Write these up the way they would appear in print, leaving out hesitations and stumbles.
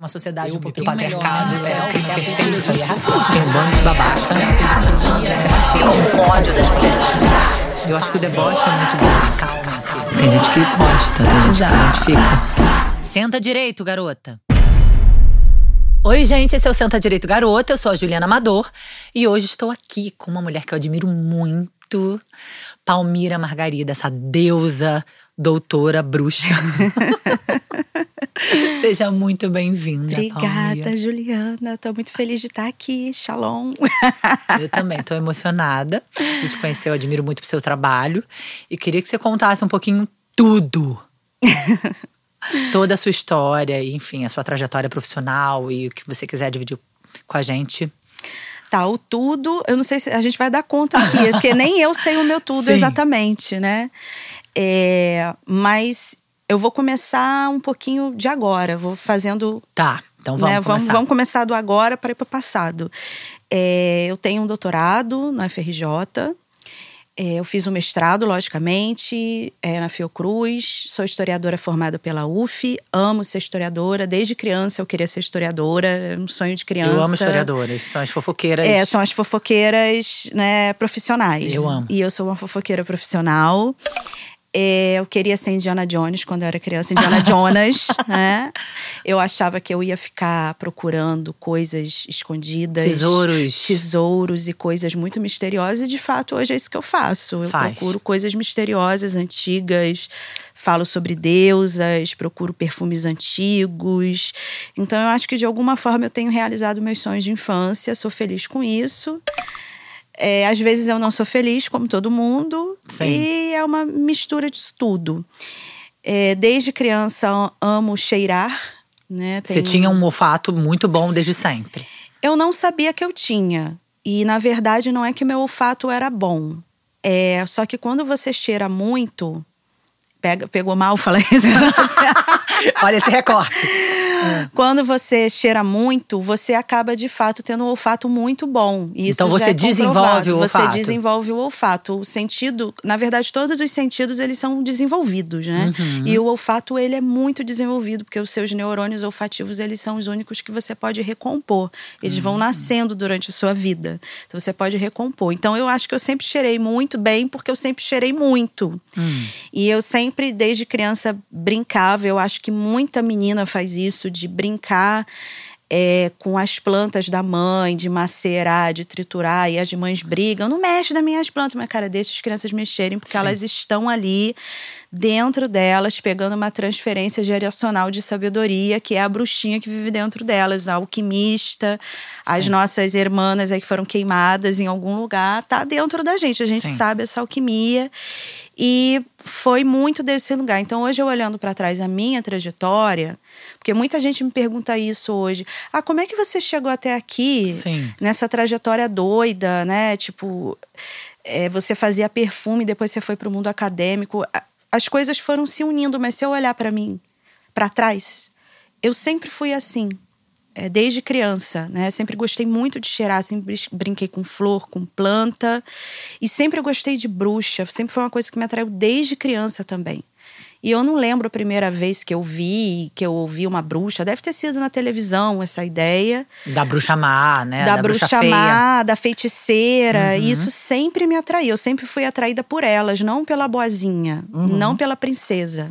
Uma sociedade um pouquinho patriarcado, melhor, o crime né? perfeito, isso aí é racista. Tem um bando de babaca. O ódio das mulheres. Eu acho que o deboche é muito bom. Calma, assim. Tem gente que gosta, tem gente que se identifica. Senta direito, garota. Oi, gente, esse é o Senta Direito Garota, eu sou a Juliana Amador e hoje estou aqui com uma mulher que eu admiro muito, Palmira Margarida, essa deusa, doutora, bruxa. Seja muito bem-vinda, Obrigada, Palmira. Juliana, tô muito feliz de estar aqui, shalom. Eu também tô emocionada de te conhecer, eu admiro muito o seu trabalho e queria que você contasse um pouquinho tudo. Toda a sua história, enfim, a sua trajetória profissional e o que você quiser dividir com a gente. Tá, o tudo, eu não sei se a gente vai dar conta aqui, porque nem eu sei o meu tudo Sim. exatamente, né? Mas eu vou começar um pouquinho de agora, vou fazendo… Tá, então vamos começar. Vamos começar do agora para ir para o passado. Eu tenho um doutorado na FRJ. Eu fiz um mestrado, logicamente, na Fiocruz. Sou historiadora formada pela UF. Amo ser historiadora. Desde criança eu queria ser historiadora. É um sonho de criança. Eu amo historiadoras. São as fofoqueiras. São as fofoqueiras, né, profissionais. Eu amo. E eu sou uma fofoqueira profissional. Eu queria ser Indiana Jones quando eu era criança. Indiana Jonas, né? Eu achava que eu ia ficar procurando coisas escondidas. Tesouros e coisas muito misteriosas. E de fato, hoje é isso que eu faço. Eu procuro coisas misteriosas, antigas. Falo sobre deusas, procuro perfumes antigos. Então eu acho que de alguma forma eu tenho realizado meus sonhos de infância. Sou feliz com isso. Às vezes eu não sou feliz, como todo mundo. Sim. E é uma mistura disso tudo. Desde criança amo cheirar, né? Você tinha um olfato muito bom desde sempre. Eu não sabia que eu tinha. E na verdade não é que meu olfato era bom. Só que quando você cheira muito… Pegou mal falar isso? Olha esse recorte. Quando você cheira muito, você acaba de fato tendo um olfato muito bom. E isso então você já é desenvolve o olfato. Você desenvolve o olfato. O sentido, na verdade, todos os sentidos eles são desenvolvidos, né? Uhum. E o olfato ele é muito desenvolvido, porque os seus neurônios olfativos eles são os únicos que você pode recompor. Eles vão nascendo durante a sua vida. Então você pode recompor. Então eu acho que eu sempre cheirei muito bem, porque eu sempre cheirei muito. E eu sempre, desde criança, brincava. Eu acho que muita menina faz isso, de brincar com as plantas da mãe, de macerar, de triturar, e as mães brigam. Não mexe nas minhas plantas, mas cara, deixa as crianças mexerem, porque elas estão ali dentro delas, pegando uma transferência geracional de sabedoria, que é a bruxinha que vive dentro delas, a alquimista, as nossas irmãs aí que foram queimadas em algum lugar, tá dentro da gente. A gente sabe essa alquimia. E foi muito desse lugar. Então hoje eu olhando para trás a minha trajetória, porque muita gente me pergunta isso hoje. Como é que você chegou até aqui? Sim. Nessa trajetória doida, né? Tipo, você fazia perfume, depois você foi para o mundo acadêmico. As coisas foram se unindo, mas se eu olhar para mim, para trás, eu sempre fui assim. Desde criança, né? Sempre gostei muito de cheirar, sempre brinquei com flor, com planta. E sempre gostei de bruxa, sempre foi uma coisa que me atraiu desde criança também. E eu não lembro a primeira vez que eu ouvi uma bruxa. Deve ter sido na televisão essa ideia. Da bruxa má, né? Da bruxa feia. má, da feiticeira. E isso sempre me atraiu. Eu sempre fui atraída por elas, não pela boazinha, não pela princesa.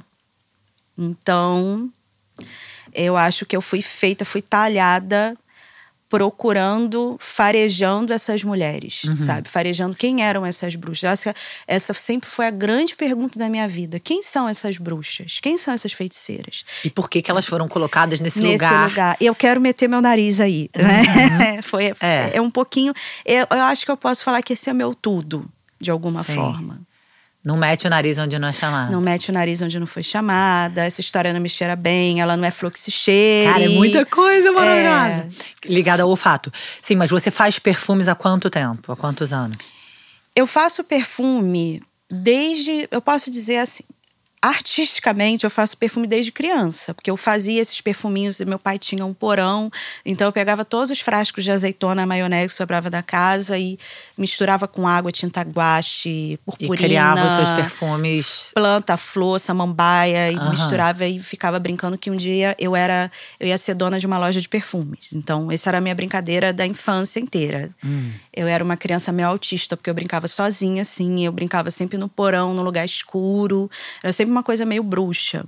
Então… eu acho que eu fui talhada procurando, farejando essas mulheres, sabe? Farejando quem eram essas bruxas. Essa sempre foi a grande pergunta da minha vida. Quem são essas bruxas? Quem são essas feiticeiras? E por que elas foram colocadas nesse lugar? Nesse lugar. Eu quero meter meu nariz aí, né? É um pouquinho… Eu acho que eu posso falar que esse é meu tudo, de alguma forma. Não mete o nariz onde não é chamada. Não mete o nariz onde não foi chamada. Essa história não me cheira bem. Ela não é flor que se cheire. Cara, é muita coisa maravilhosa. Ligada ao olfato. Sim, mas você faz perfumes há quanto tempo? Há quantos anos? Eu faço perfume desde… eu posso dizer assim… artisticamente, eu faço perfume desde criança, porque eu fazia esses perfuminhos e meu pai tinha um porão, então eu pegava todos os frascos de azeitona, maionese que sobrava da casa e misturava com água, tinta guache, purpurina. E criava os seus perfumes. Planta, flor, samambaia, e misturava e ficava brincando que um dia eu ia ser dona de uma loja de perfumes. Então, essa era a minha brincadeira da infância inteira. Eu era uma criança meio autista, porque eu brincava sozinha, assim, eu brincava sempre no porão, num lugar escuro. Era sempre uma coisa meio bruxa.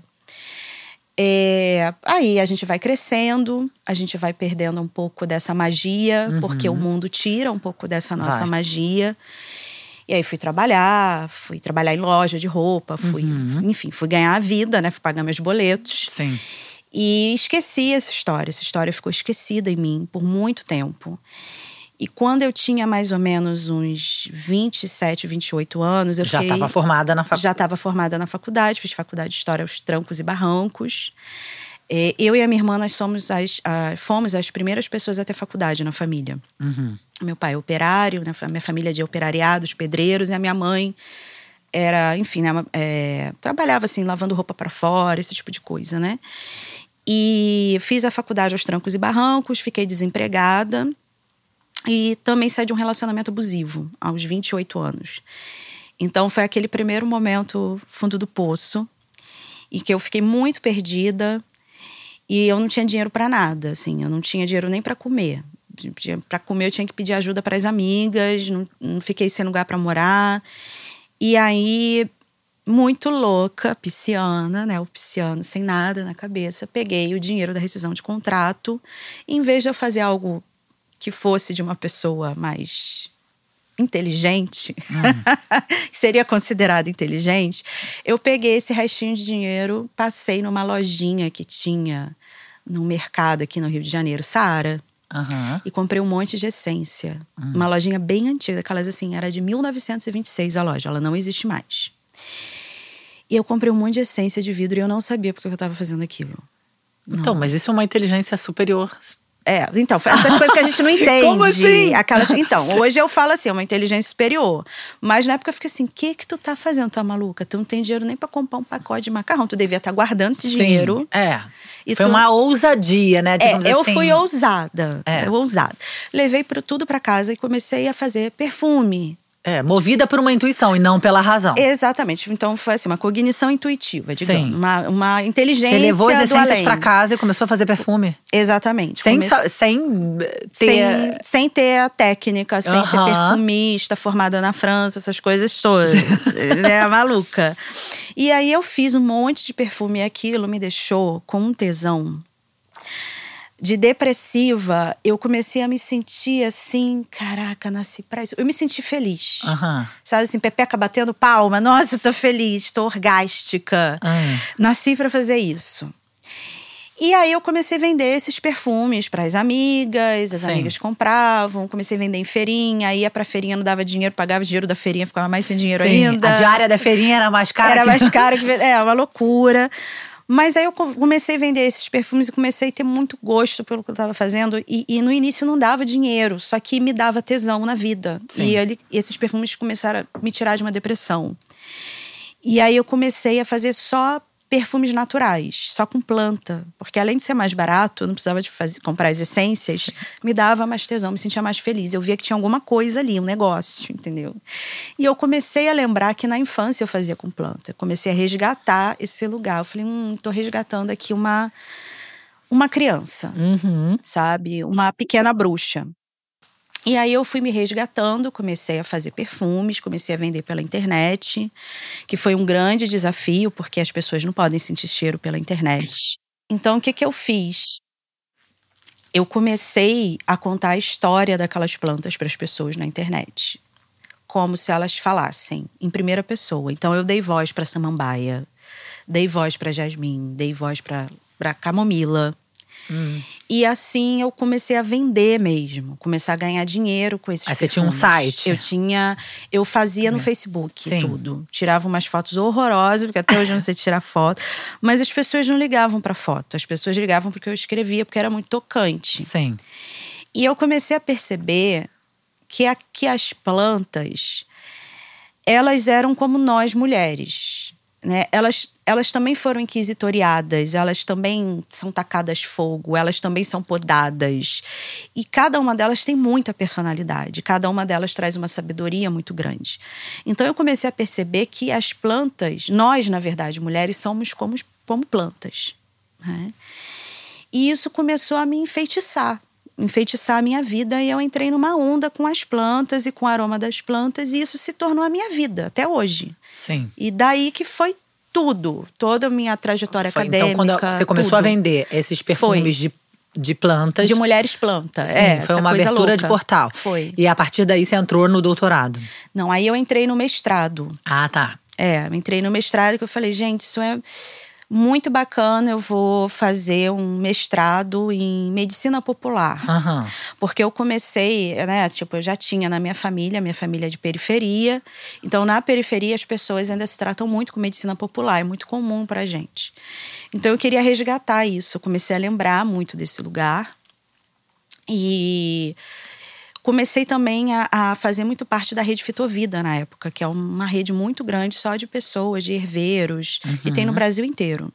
Aí a gente vai crescendo, a gente vai perdendo um pouco dessa magia, porque o mundo tira um pouco dessa nossa magia. E aí fui trabalhar em loja de roupa, enfim, fui ganhar a vida, né? Fui pagar meus boletos. Sim. E esqueci essa história ficou esquecida em mim por muito tempo. E quando eu tinha mais ou menos uns 27, 28 anos, eu já estava formada na faculdade. Já estava formada na faculdade, fiz faculdade de História aos trancos e barrancos. Eu e a minha irmã, nós fomos as primeiras pessoas a ter faculdade na família. Meu pai é operário, né? Minha família é de operariados, pedreiros, e a minha mãe era, enfim, né? Trabalhava assim, lavando roupa para fora, esse tipo de coisa, né? E fiz a faculdade aos trancos e barrancos, fiquei desempregada. E também saí de um relacionamento abusivo, aos 28 anos. Então, foi aquele primeiro momento fundo do poço, e que eu fiquei muito perdida, e eu não tinha dinheiro para nada, assim. Eu não tinha dinheiro nem para comer. Para comer, eu tinha que pedir ajuda para as amigas, não fiquei sem lugar para morar. E aí, muito louca, pisciana, né? O pisciano, sem nada na cabeça, peguei o dinheiro da rescisão de contrato, e em vez de eu fazer algo que fosse de uma pessoa mais inteligente, que seria considerado inteligente, eu peguei esse restinho de dinheiro, passei numa lojinha que tinha no mercado aqui no Rio de Janeiro, Saara, e comprei um monte de essência. Uma lojinha bem antiga, aquelas assim, era de 1926 a loja, ela não existe mais. E eu comprei um monte de essência de vidro e eu não sabia porque eu estava fazendo aquilo. Então, mas isso é uma inteligência superior. Então, essas coisas que a gente não entende. Como assim? Então, hoje eu falo assim, é uma inteligência superior. Mas na época eu fiquei assim, o que tu tá fazendo, tua maluca? Tu não tem dinheiro nem pra comprar um pacote de macarrão. Tu devia estar guardando esse dinheiro. E foi uma ousadia, né? Digamos eu assim. fui ousada. Levei tudo pra casa e comecei a fazer perfume. Movida por uma intuição e não pela razão. Exatamente. Então foi assim, uma cognição intuitiva, digamos. Uma inteligência. Você levou as essências além pra casa e começou a fazer perfume. Exatamente. Sem ter a técnica, sem ser perfumista, formada na França, essas coisas todas. Né, maluca. E aí eu fiz um monte de perfume e aquilo me deixou com um tesão. De depressiva, eu comecei a me sentir assim, caraca, nasci pra isso. Eu me senti feliz. Sabe assim, pepeca batendo palma. Nossa, eu tô feliz, tô orgástica. Nasci pra fazer isso. E aí eu comecei a vender esses perfumes pras amigas, as amigas compravam, comecei a vender em feirinha, ia pra feirinha, não dava dinheiro, pagava o dinheiro da feirinha, ficava mais sem dinheiro ainda. A diária da feirinha era mais cara. Mais cara que uma loucura. Mas aí eu comecei a vender esses perfumes e comecei a ter muito gosto pelo que eu estava fazendo. E no início não dava dinheiro, só que me dava tesão na vida. E esses perfumes começaram a me tirar de uma depressão. E aí eu comecei a fazer só perfumes naturais, só com planta. Porque além de ser mais barato, eu não precisava de comprar as essências, me dava mais tesão, me sentia mais feliz. Eu via que tinha alguma coisa ali, um negócio, entendeu? E eu comecei a lembrar que na infância eu fazia com planta. Eu comecei a resgatar esse lugar. Eu falei, tô resgatando aqui uma criança, sabe? Uma pequena bruxa. E aí eu fui me resgatando, comecei a fazer perfumes, comecei a vender pela internet, que foi um grande desafio, porque as pessoas não podem sentir cheiro pela internet. Então, o que eu fiz? Eu comecei a contar a história daquelas plantas para as pessoas na internet, como se elas falassem em primeira pessoa. Então, eu dei voz para samambaia, dei voz para jasmim, dei voz para camomila. E assim eu comecei a vender mesmo, começar a ganhar dinheiro com esses perfumes. Você tinha um site? Eu fazia no Facebook tudo. Tirava umas fotos horrorosas, porque até hoje eu não sei tirar foto. Mas as pessoas não ligavam pra foto. As pessoas ligavam porque eu escrevia, porque era muito tocante. Sim. E eu comecei a perceber que as plantas, elas eram como nós mulheres. né, elas também foram inquisitoriadas, elas também são tacadas fogo, elas também são podadas. E cada uma delas tem muita personalidade, cada uma delas traz uma sabedoria muito grande. Então eu comecei a perceber que as plantas, nós, na verdade, mulheres, somos como plantas, né? E isso começou a me enfeitiçar a minha vida, e eu entrei numa onda com as plantas e com o aroma das plantas, e isso se tornou a minha vida até hoje. Sim. E daí que foi tudo, toda a minha trajetória acadêmica. Então, quando você começou a vender esses perfumes de plantas… De mulheres planta. Sim, foi uma abertura louca de portal. Foi. E a partir daí você entrou no doutorado. Não, aí eu entrei no mestrado. Ah, tá. Eu entrei no mestrado, que eu falei, gente, isso é muito bacana, eu vou fazer um mestrado em medicina popular. Uhum. Porque eu comecei, né, tipo, eu já tinha na minha família é de periferia. Então, na periferia, as pessoas ainda se tratam muito com medicina popular, é muito comum pra gente. Então, eu queria resgatar isso. Eu comecei a lembrar muito desse lugar. E comecei também a fazer muito parte da Rede Fitovida na época, que é uma rede muito grande só de pessoas, de herveiros, que tem no Brasil inteiro.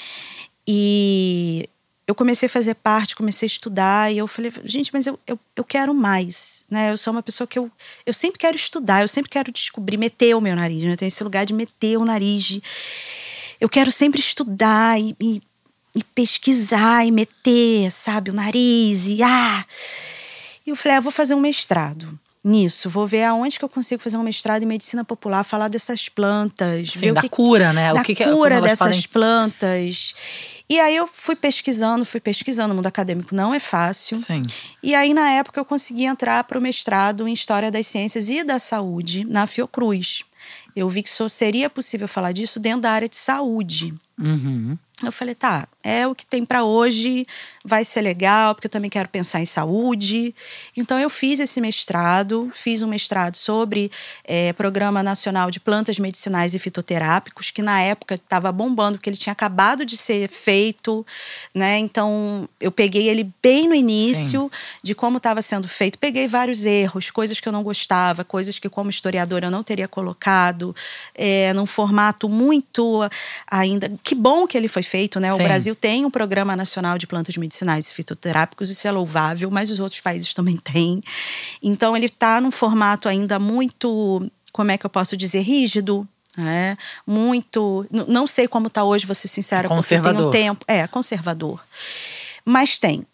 E eu comecei a fazer parte, comecei a estudar, e eu falei, gente, mas eu quero mais, né? Eu sou uma pessoa que eu sempre quero estudar, eu sempre quero descobrir, meter o meu nariz, né? Eu tenho esse lugar de meter o nariz. Eu quero sempre estudar e pesquisar e meter, sabe, o nariz e E eu falei, vou fazer um mestrado nisso. Vou ver aonde que eu consigo fazer um mestrado em medicina popular, falar dessas plantas. Sim, ver da cura, né? Da cura dessas plantas. E aí eu fui pesquisando. O mundo acadêmico não é fácil. Sim. E aí, na época, eu consegui entrar para o mestrado em História das Ciências e da Saúde na Fiocruz. Eu vi que só seria possível falar disso dentro da área de saúde. Uhum. Eu falei, tá, é o que tem para hoje, vai ser legal, porque eu também quero pensar em saúde. Então eu fiz esse mestrado, fiz um mestrado sobre Programa Nacional de Plantas Medicinais e Fitoterápicos, que na época estava bombando, porque ele tinha acabado de ser feito, né? Então eu peguei ele bem no início de como estava sendo feito, peguei vários erros, coisas que eu não gostava, coisas que como historiadora eu não teria colocado, num formato muito ainda… Que bom que ele foi feito, né? O Brasil tem um Programa Nacional de Plantas Medicinais e Fitoterápicos, isso é louvável, mas os outros países também têm. Então, ele está num formato ainda muito, como é que eu posso dizer, rígido, né? Muito… Não sei como está hoje, vou ser sincera, porque tem um tempo… conservador. Mas tem.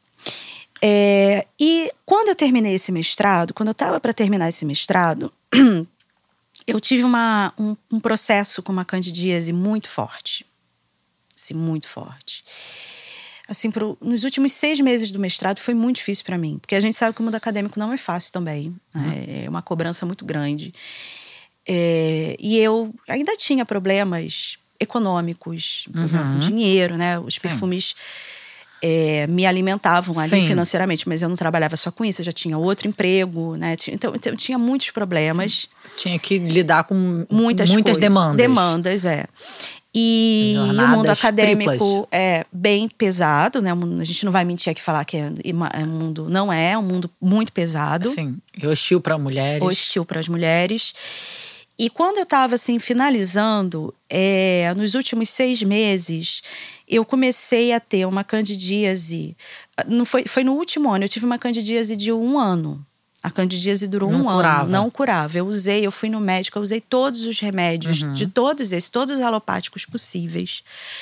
E quando eu terminei esse mestrado, quando eu estava para terminar esse mestrado, eu tive um processo com uma candidíase muito forte. Assim, muito forte. Assim, nos últimos 6 meses do mestrado foi muito difícil para mim, porque a gente sabe que o mundo acadêmico não é fácil também, né? É uma cobrança muito grande. E eu ainda tinha problemas econômicos, dinheiro, né? Os perfumes me alimentavam ali financeiramente, mas eu não trabalhava só com isso, eu já tinha outro emprego, né? Então eu tinha muitos problemas. Tinha que lidar com muitas demandas. Demandas, E o mundo acadêmico triplas. É bem pesado, né? A gente não vai mentir aqui falar que não é um mundo muito pesado. Sim, e hostil para mulheres. Hostil para as mulheres. E quando eu estava assim, finalizando, nos últimos 6 meses, eu comecei a ter uma candidíase. Foi no último ano, eu tive uma candidíase de 1 ano. A candidíase durou um ano, não curava. Eu fui no médico, eu usei todos os remédios, de todos os alopáticos possíveis.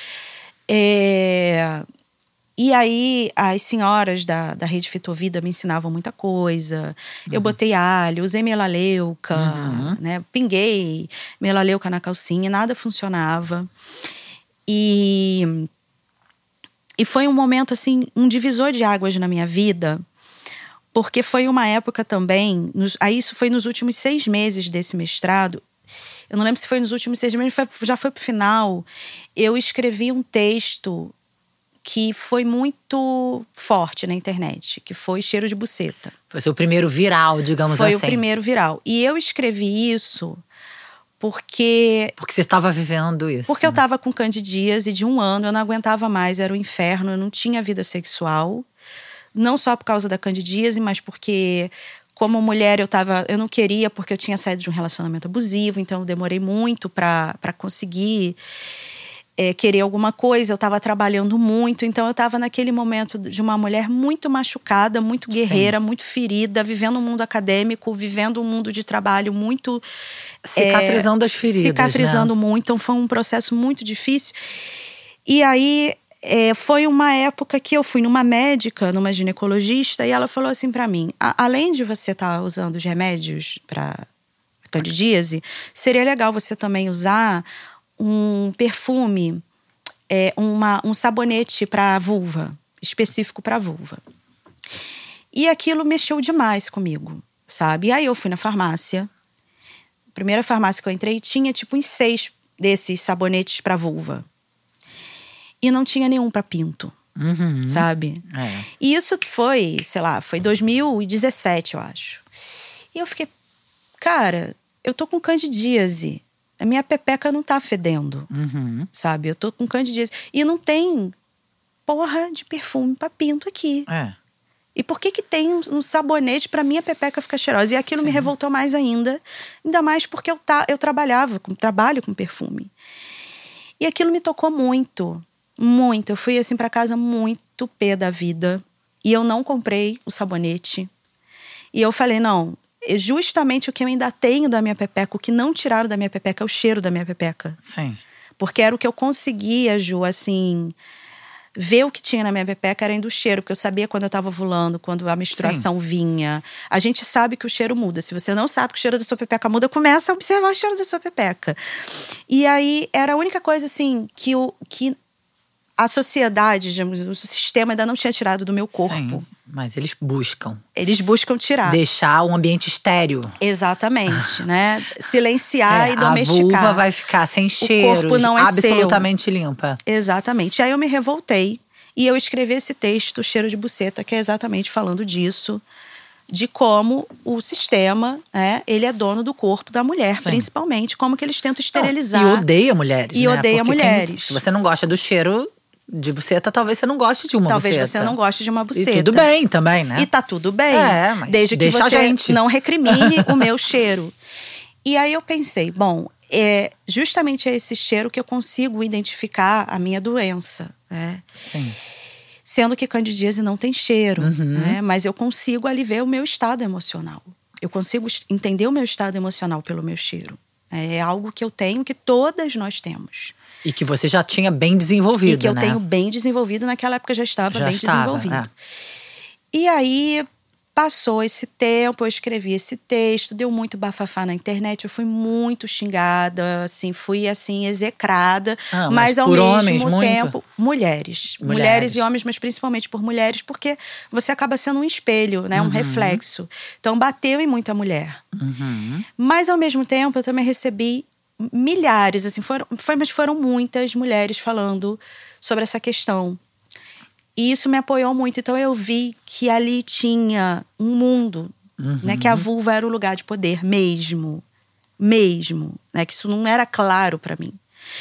E aí, as senhoras da Rede Fitovida me ensinavam muita coisa. Eu botei alho, usei melaleuca, né? Pinguei melaleuca na calcinha, nada funcionava. E foi um momento, assim, um divisor de águas na minha vida, porque foi uma época também… Aí isso foi nos últimos 6 meses desse mestrado. Eu não lembro se foi nos últimos 6 meses, já foi pro final. Eu escrevi um texto que foi muito forte na internet, que foi Cheiro de Buceta. Foi seu primeiro viral, digamos assim. Foi o primeiro viral. E eu escrevi isso porque… Porque você estava vivendo isso. Porque eu estava com candidíase de 1 ano, eu não aguentava mais, era um inferno, eu não tinha vida sexual. Não só por causa da candidíase, mas porque como mulher, eu não queria, porque eu tinha saído de um relacionamento abusivo, então eu demorei muito para conseguir querer alguma coisa. Eu estava trabalhando muito, então eu estava naquele momento de uma mulher muito machucada, muito guerreira, muito ferida, vivendo um mundo acadêmico, vivendo um mundo de trabalho muito… Cicatrizando as feridas, cicatrizando muito, então foi um processo muito difícil. E aí… foi uma época que eu fui numa médica, numa ginecologista, e ela falou assim pra mim: além de você estar usando os remédios pra candidíase, seria legal você também usar um perfume, um sabonete pra vulva, específico pra vulva. E aquilo mexeu demais comigo, sabe? E aí eu fui na farmácia. A primeira farmácia que eu entrei tinha tipo uns 6 desses sabonetes pra vulva. E não tinha nenhum pra pinto, sabe? E isso foi, sei lá, foi 2017, eu acho. E eu fiquei, cara, eu tô com candidíase. A minha pepeca não tá fedendo, sabe? Eu tô com candidíase. E não tem porra de perfume pra pinto aqui. E por que tem um sabonete pra minha pepeca ficar cheirosa? E aquilo me revoltou mais ainda. Ainda mais porque eu trabalho com perfume. E aquilo me tocou muito. Muito. Eu fui assim pra casa muito pé da vida. E eu não comprei o sabonete. E eu falei, não, justamente o que eu ainda tenho da minha pepeca, o que não tiraram da minha pepeca é o cheiro da minha pepeca. Sim. Porque era o que eu conseguia, Ju, assim, ver o que tinha na minha pepeca era do cheiro, porque eu sabia quando eu tava ovulando, quando a menstruação vinha. A gente sabe que o cheiro muda. Se você não sabe que o cheiro da sua pepeca muda, começa a observar o cheiro da sua pepeca. E aí era a única coisa, assim, que a sociedade, digamos, o sistema ainda não tinha tirado do meu corpo. Sim, mas eles buscam. Eles buscam tirar. Deixar um ambiente estéril. Exatamente, né? Silenciar e domesticar. A vulva vai ficar sem cheiros, o corpo não é absolutamente limpa. Exatamente. E aí eu me revoltei e eu escrevi esse texto, Cheiro de Buceta, que é exatamente falando disso. De como o sistema, ele é dono do corpo da mulher, principalmente. Como que eles tentam esterilizar. E odeia mulheres, E odeia mulheres. Se você não gosta do cheiro de buceta, talvez você não goste de uma buceta. Talvez você não goste de uma buceta. E tudo bem também, né? E tá tudo bem. Mas desde que você não recrimine o meu cheiro. E aí eu pensei, bom, justamente é esse cheiro que eu consigo identificar a minha doença. Sim. Sendo que candidíase não tem cheiro, né? Mas eu consigo ali ver o meu estado emocional. Eu consigo entender o meu estado emocional pelo meu cheiro. É algo que eu tenho, que todas nós temos. E que você já tinha bem desenvolvido, e que eu né? tenho bem desenvolvido, naquela época já estava bem desenvolvido. E aí, passou esse tempo, eu escrevi esse texto, deu muito bafafá na internet, eu fui muito xingada, assim, fui assim, execrada. Mas ao mesmo tempo, mulheres e homens, mas principalmente por mulheres, porque você acaba sendo um espelho, né? Um reflexo. Então bateu em muita mulher. Mas ao mesmo tempo, eu também recebi milhares, assim, foram muitas mulheres falando sobre essa questão. E isso me apoiou muito. Então eu vi que ali tinha um mundo, né? Que a vulva era o lugar de poder mesmo, né? Que isso não era claro para mim.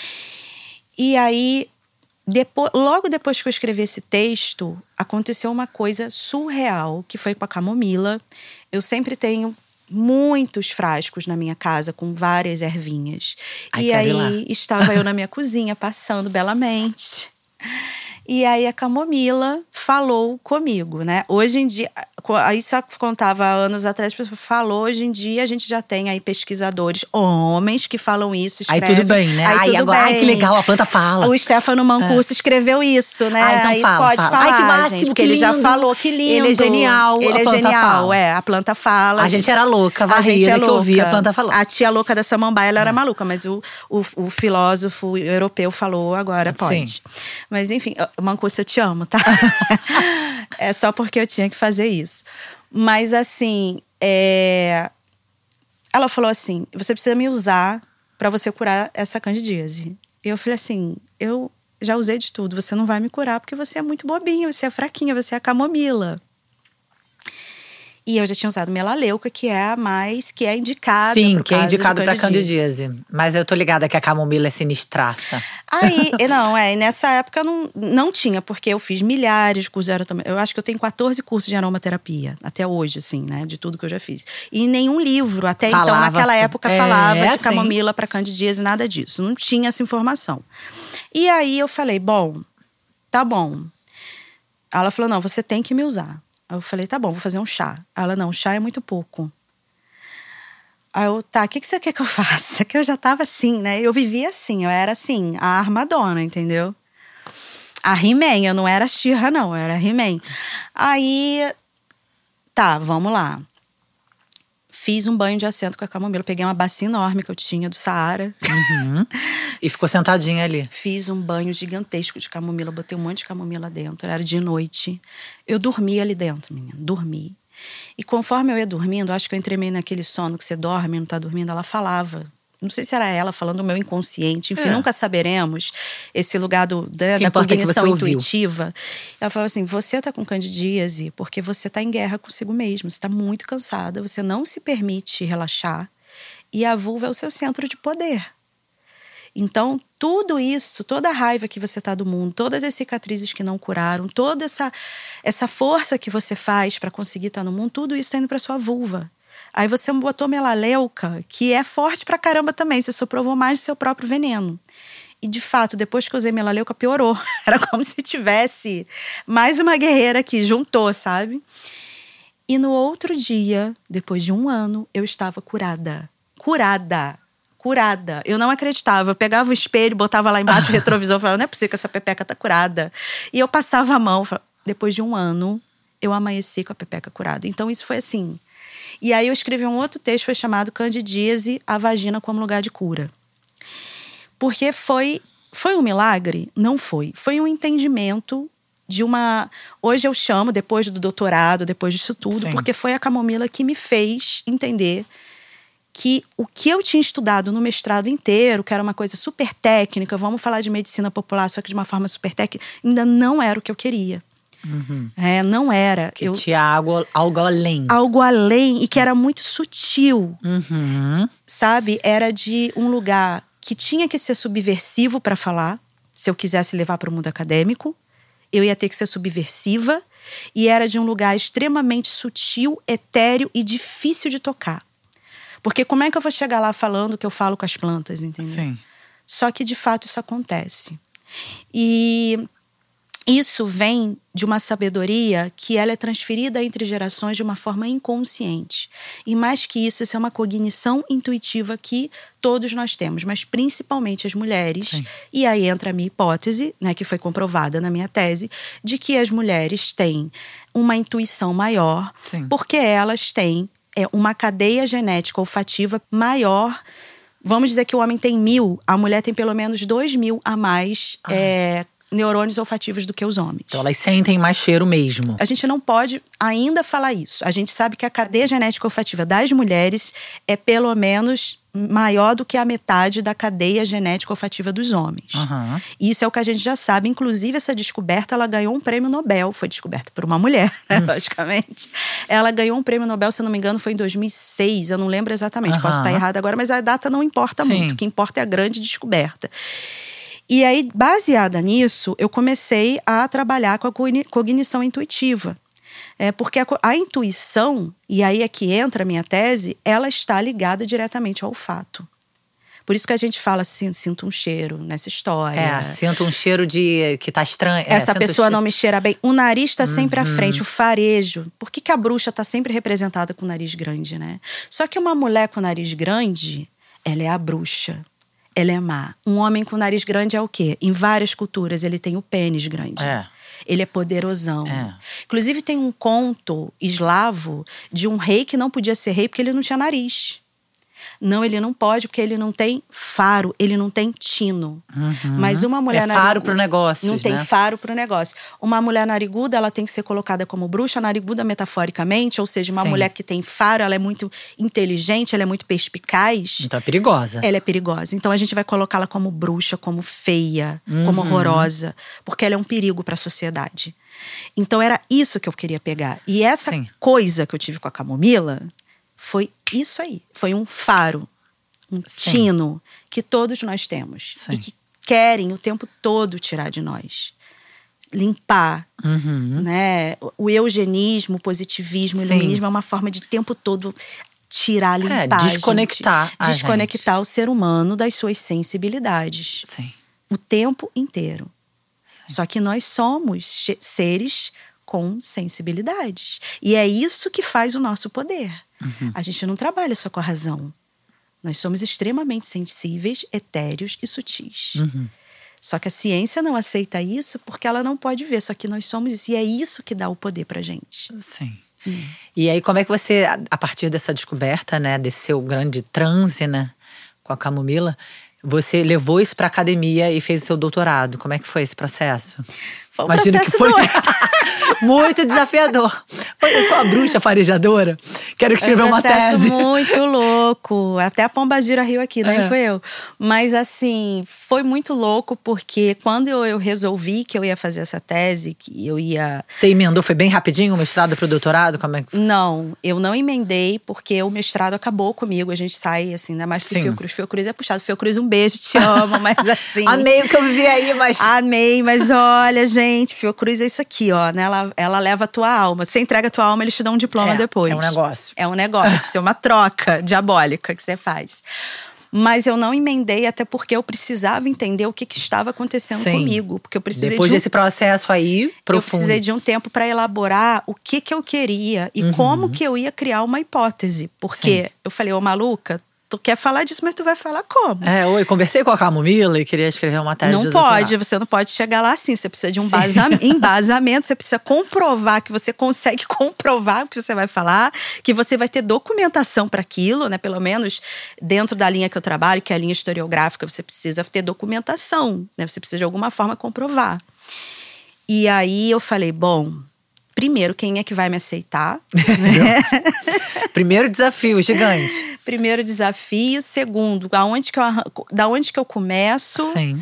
E aí, logo depois que eu escrevi esse texto, aconteceu uma coisa surreal, que foi com a camomila. Eu sempre tenho muitos frascos na minha casa com várias ervinhas. E aí estava eu na minha cozinha passando belamente. E aí a camomila falou comigo, né? Hoje em dia, aí só contava anos atrás, a pessoa falou, hoje em dia a gente já tem aí pesquisadores, homens que falam isso, escrevem. Aí tudo bem, né? Aí tudo agora, bem. Ai, que legal, a planta fala. O Stefano Mancuso escreveu isso, né? Então aí fala. Pode falar, ai, que máximo, gente, porque que ele já lindo. falou, que lindo. Ele é genial, ele a planta é genial, fala. a planta fala. A gente era louca, a gente varrida, que ouvia a planta falando. A tia louca da Samambaia, ela era maluca, mas o filósofo europeu falou, agora pode. Sim. Mas enfim, Mancuso, eu te amo, tá? É só porque eu tinha que fazer isso. Mas assim, ela falou assim, você precisa me usar pra você curar essa candidíase. E eu falei assim, eu já usei de tudo, você não vai me curar porque você é muito bobinha, você é fraquinha, você é a camomila. E eu já tinha usado melaleuca, que é a mais, que é indicada. Sim, pro que é caso de indicado pra candidíase. Mas eu tô ligada que a camomila é sinistraça. Aí, nessa época não tinha, porque eu fiz milhares de cursos de aromaterapia. Eu acho que eu tenho 14 cursos de aromaterapia, até hoje, assim, né? De tudo que eu já fiz. E nenhum livro, até então, naquela época, falava de camomila pra candidíase, nada disso. Não tinha essa informação. E aí eu falei, bom, tá bom. Ela falou, não, você tem que me usar. Eu falei, tá bom, vou fazer um chá. Ela, não, chá é muito pouco. Aí eu, tá, o que você quer que eu faça? Que eu já tava assim, né? Eu vivia assim, eu era assim, a armadona, entendeu? A He-Man, eu não era She-Ra, não, eu era He-Man. Aí, tá, vamos lá. Fiz um banho de assento com a camomila. Peguei uma bacia enorme que eu tinha do Saara. Uhum. E ficou sentadinha ali. Fiz um banho gigantesco de camomila. Botei um monte de camomila dentro. Era de noite. Eu dormi ali dentro, menina. Dormi. E conforme eu ia dormindo, acho que eu entrei meio naquele sono que você dorme e não tá dormindo. Ela falava. Não sei se era ela falando do meu inconsciente. Enfim, nunca saberemos esse lugar da cognição intuitiva. Ela falou assim, você tá com candidíase porque você tá em guerra consigo mesmo. Você tá muito cansada, você não se permite relaxar. E a vulva é o seu centro de poder. Então, tudo isso, toda a raiva que você tá do mundo, todas as cicatrizes que não curaram, toda essa força que você faz para conseguir estar no mundo, tudo isso tá indo pra sua vulva. Aí você botou melaleuca, que é forte pra caramba também. Você só provou mais do seu próprio veneno. E, de fato, depois que eu usei melaleuca, piorou. Era como se tivesse mais uma guerreira que juntou, sabe? E no outro dia, depois de 1 ano, eu estava curada. Curada. Eu não acreditava. Eu pegava o espelho, botava lá embaixo o retrovisor, falava, não é possível que essa pepeca tá curada. E eu passava a mão. Depois de 1 ano, eu amanheci com a pepeca curada. Então, isso foi assim. E aí eu escrevi um outro texto, foi chamado Candidíase, a vagina como lugar de cura. Porque foi um milagre? Não foi. Foi um entendimento de uma... Hoje eu chamo, depois do doutorado, depois disso tudo, sim, porque foi a camomila que me fez entender que o que eu tinha estudado no mestrado inteiro, que era uma coisa super técnica, vamos falar de medicina popular, só que de uma forma super técnica, ainda não era o que eu queria. Uhum. Não era. Que tinha algo além. Algo além e que era muito sutil. Uhum. Sabe? Era de um lugar que tinha que ser subversivo para falar. Se eu quisesse levar para o mundo acadêmico, eu ia ter que ser subversiva. E era de um lugar extremamente sutil, etéreo e difícil de tocar. Porque como é que eu vou chegar lá falando o que eu falo com as plantas, entendeu? Sim. Só que de fato isso acontece. E isso vem de uma sabedoria que ela é transferida entre gerações de uma forma inconsciente. E mais que isso é uma cognição intuitiva que todos nós temos, mas principalmente as mulheres. Sim. E aí entra a minha hipótese, né, que foi comprovada na minha tese, de que as mulheres têm uma intuição maior, sim, porque elas têm uma cadeia genética olfativa maior. Vamos dizer que o homem tem 1000, a mulher tem pelo menos 2000 a mais neurônios olfativos do que os homens. Então elas sentem mais cheiro mesmo. A gente não pode ainda falar isso. A gente sabe que a cadeia genética olfativa das mulheres é pelo menos maior do que a metade da cadeia genética olfativa dos homens. Uhum. Isso é o que a gente já sabe. Inclusive, essa descoberta, ela ganhou um prêmio Nobel. Foi descoberta por uma mulher, né, logicamente. Ela ganhou um prêmio Nobel, se eu não me engano, foi em 2006. Eu não lembro exatamente, posso estar errada agora, mas a data não importa muito. O que importa é a grande descoberta. E aí, baseada nisso, eu comecei a trabalhar com a cognição intuitiva. Porque a intuição, e aí é que entra a minha tese, ela está ligada diretamente ao olfato. Por isso que a gente fala assim, sinto um cheiro nessa história. Sinto um cheiro de que tá estranho. Essa pessoa não me cheira bem. O nariz está sempre à frente, o farejo. Por que a bruxa está sempre representada com o nariz grande, né? Só que uma mulher com o nariz grande, ela é a bruxa. Ela é má. Um homem com nariz grande é o quê? Em várias culturas ele tem o pênis grande. Ele é poderosão. Inclusive tem um conto eslavo de um rei que não podia ser rei porque ele não tinha nariz. Não, ele não pode porque ele não tem faro, ele não tem tino. Mas uma mulher faro pro negócio. Não tem faro pro negócio. Uma mulher nariguda, ela tem que ser colocada como bruxa, nariguda metaforicamente, ou seja, uma mulher que tem faro, ela é muito inteligente, ela é muito perspicaz. Então é perigosa. Ela é perigosa. Então a gente vai colocá-la como bruxa, como feia, como horrorosa, porque ela é um perigo para a sociedade. Então era isso que eu queria pegar. E essa coisa que eu tive com a camomila foi isso aí. Foi um faro, um tino que todos nós temos. E que querem o tempo todo tirar de nós. Limpar, né? O eugenismo, o positivismo, o iluminismo é uma forma de o tempo todo tirar, limpar. Desconectar a gente. Desconectar o ser humano das suas sensibilidades. Sim. O tempo inteiro. Só que nós somos seres com sensibilidades. E é isso que faz o nosso poder. A gente não trabalha só com a razão. Nós somos extremamente sensíveis, etéreos e sutis. Só que a ciência não aceita isso porque ela não pode ver. Só que nós somos isso. E é isso que dá o poder pra gente. Sim. E aí, como é que você, a partir dessa descoberta, né, desse seu grande transe, né, com a camomila, você levou isso pra academia e fez o seu doutorado? Como é que foi esse processo? Foi um processo doido. Muito desafiador. Eu sou a bruxa farejadora. Quero que escreva uma tese. É um processo muito louco. Até a Pombagira riu aqui, nem foi eu. Mas assim, foi muito louco porque quando eu resolvi que eu ia fazer essa tese, que eu ia… Você emendou, foi bem rapidinho o mestrado pro doutorado? Como é que… Não, eu não emendei porque o mestrado acabou comigo. A gente sai assim, ainda mais que Fiocruz. Fiocruz é puxado. Fiocruz, um beijo, te amo, mas assim… Amei o que eu vivi aí, mas… Amei, mas olha, gente, Fiocruz é isso aqui, ó, né? Ela leva a tua alma. Você entrega a tua alma, eles te dão um diploma depois. É um negócio. É um negócio, é uma troca diabólica que você faz. Mas eu não emendei, até porque eu precisava entender o que estava acontecendo comigo. Porque eu precisei depois desse processo aí, profundo. Eu precisei de um tempo para elaborar o que eu queria e como que eu ia criar uma hipótese. Porque eu falei, ô maluca, tu quer falar disso, mas tu vai falar como? Eu conversei com a camomila e queria escrever uma tese de doutorado. Você não pode chegar lá assim. Você precisa de um embasamento, você precisa comprovar que você consegue comprovar o que você vai falar, que você vai ter documentação para aquilo, né? Pelo menos dentro da linha que eu trabalho, que é a linha historiográfica, você precisa ter documentação, né? Você precisa de alguma forma comprovar. E aí eu falei, bom… Primeiro, quem é que vai me aceitar? Né? Primeiro desafio, gigante. Primeiro desafio. Segundo, da onde que eu começo? Sim.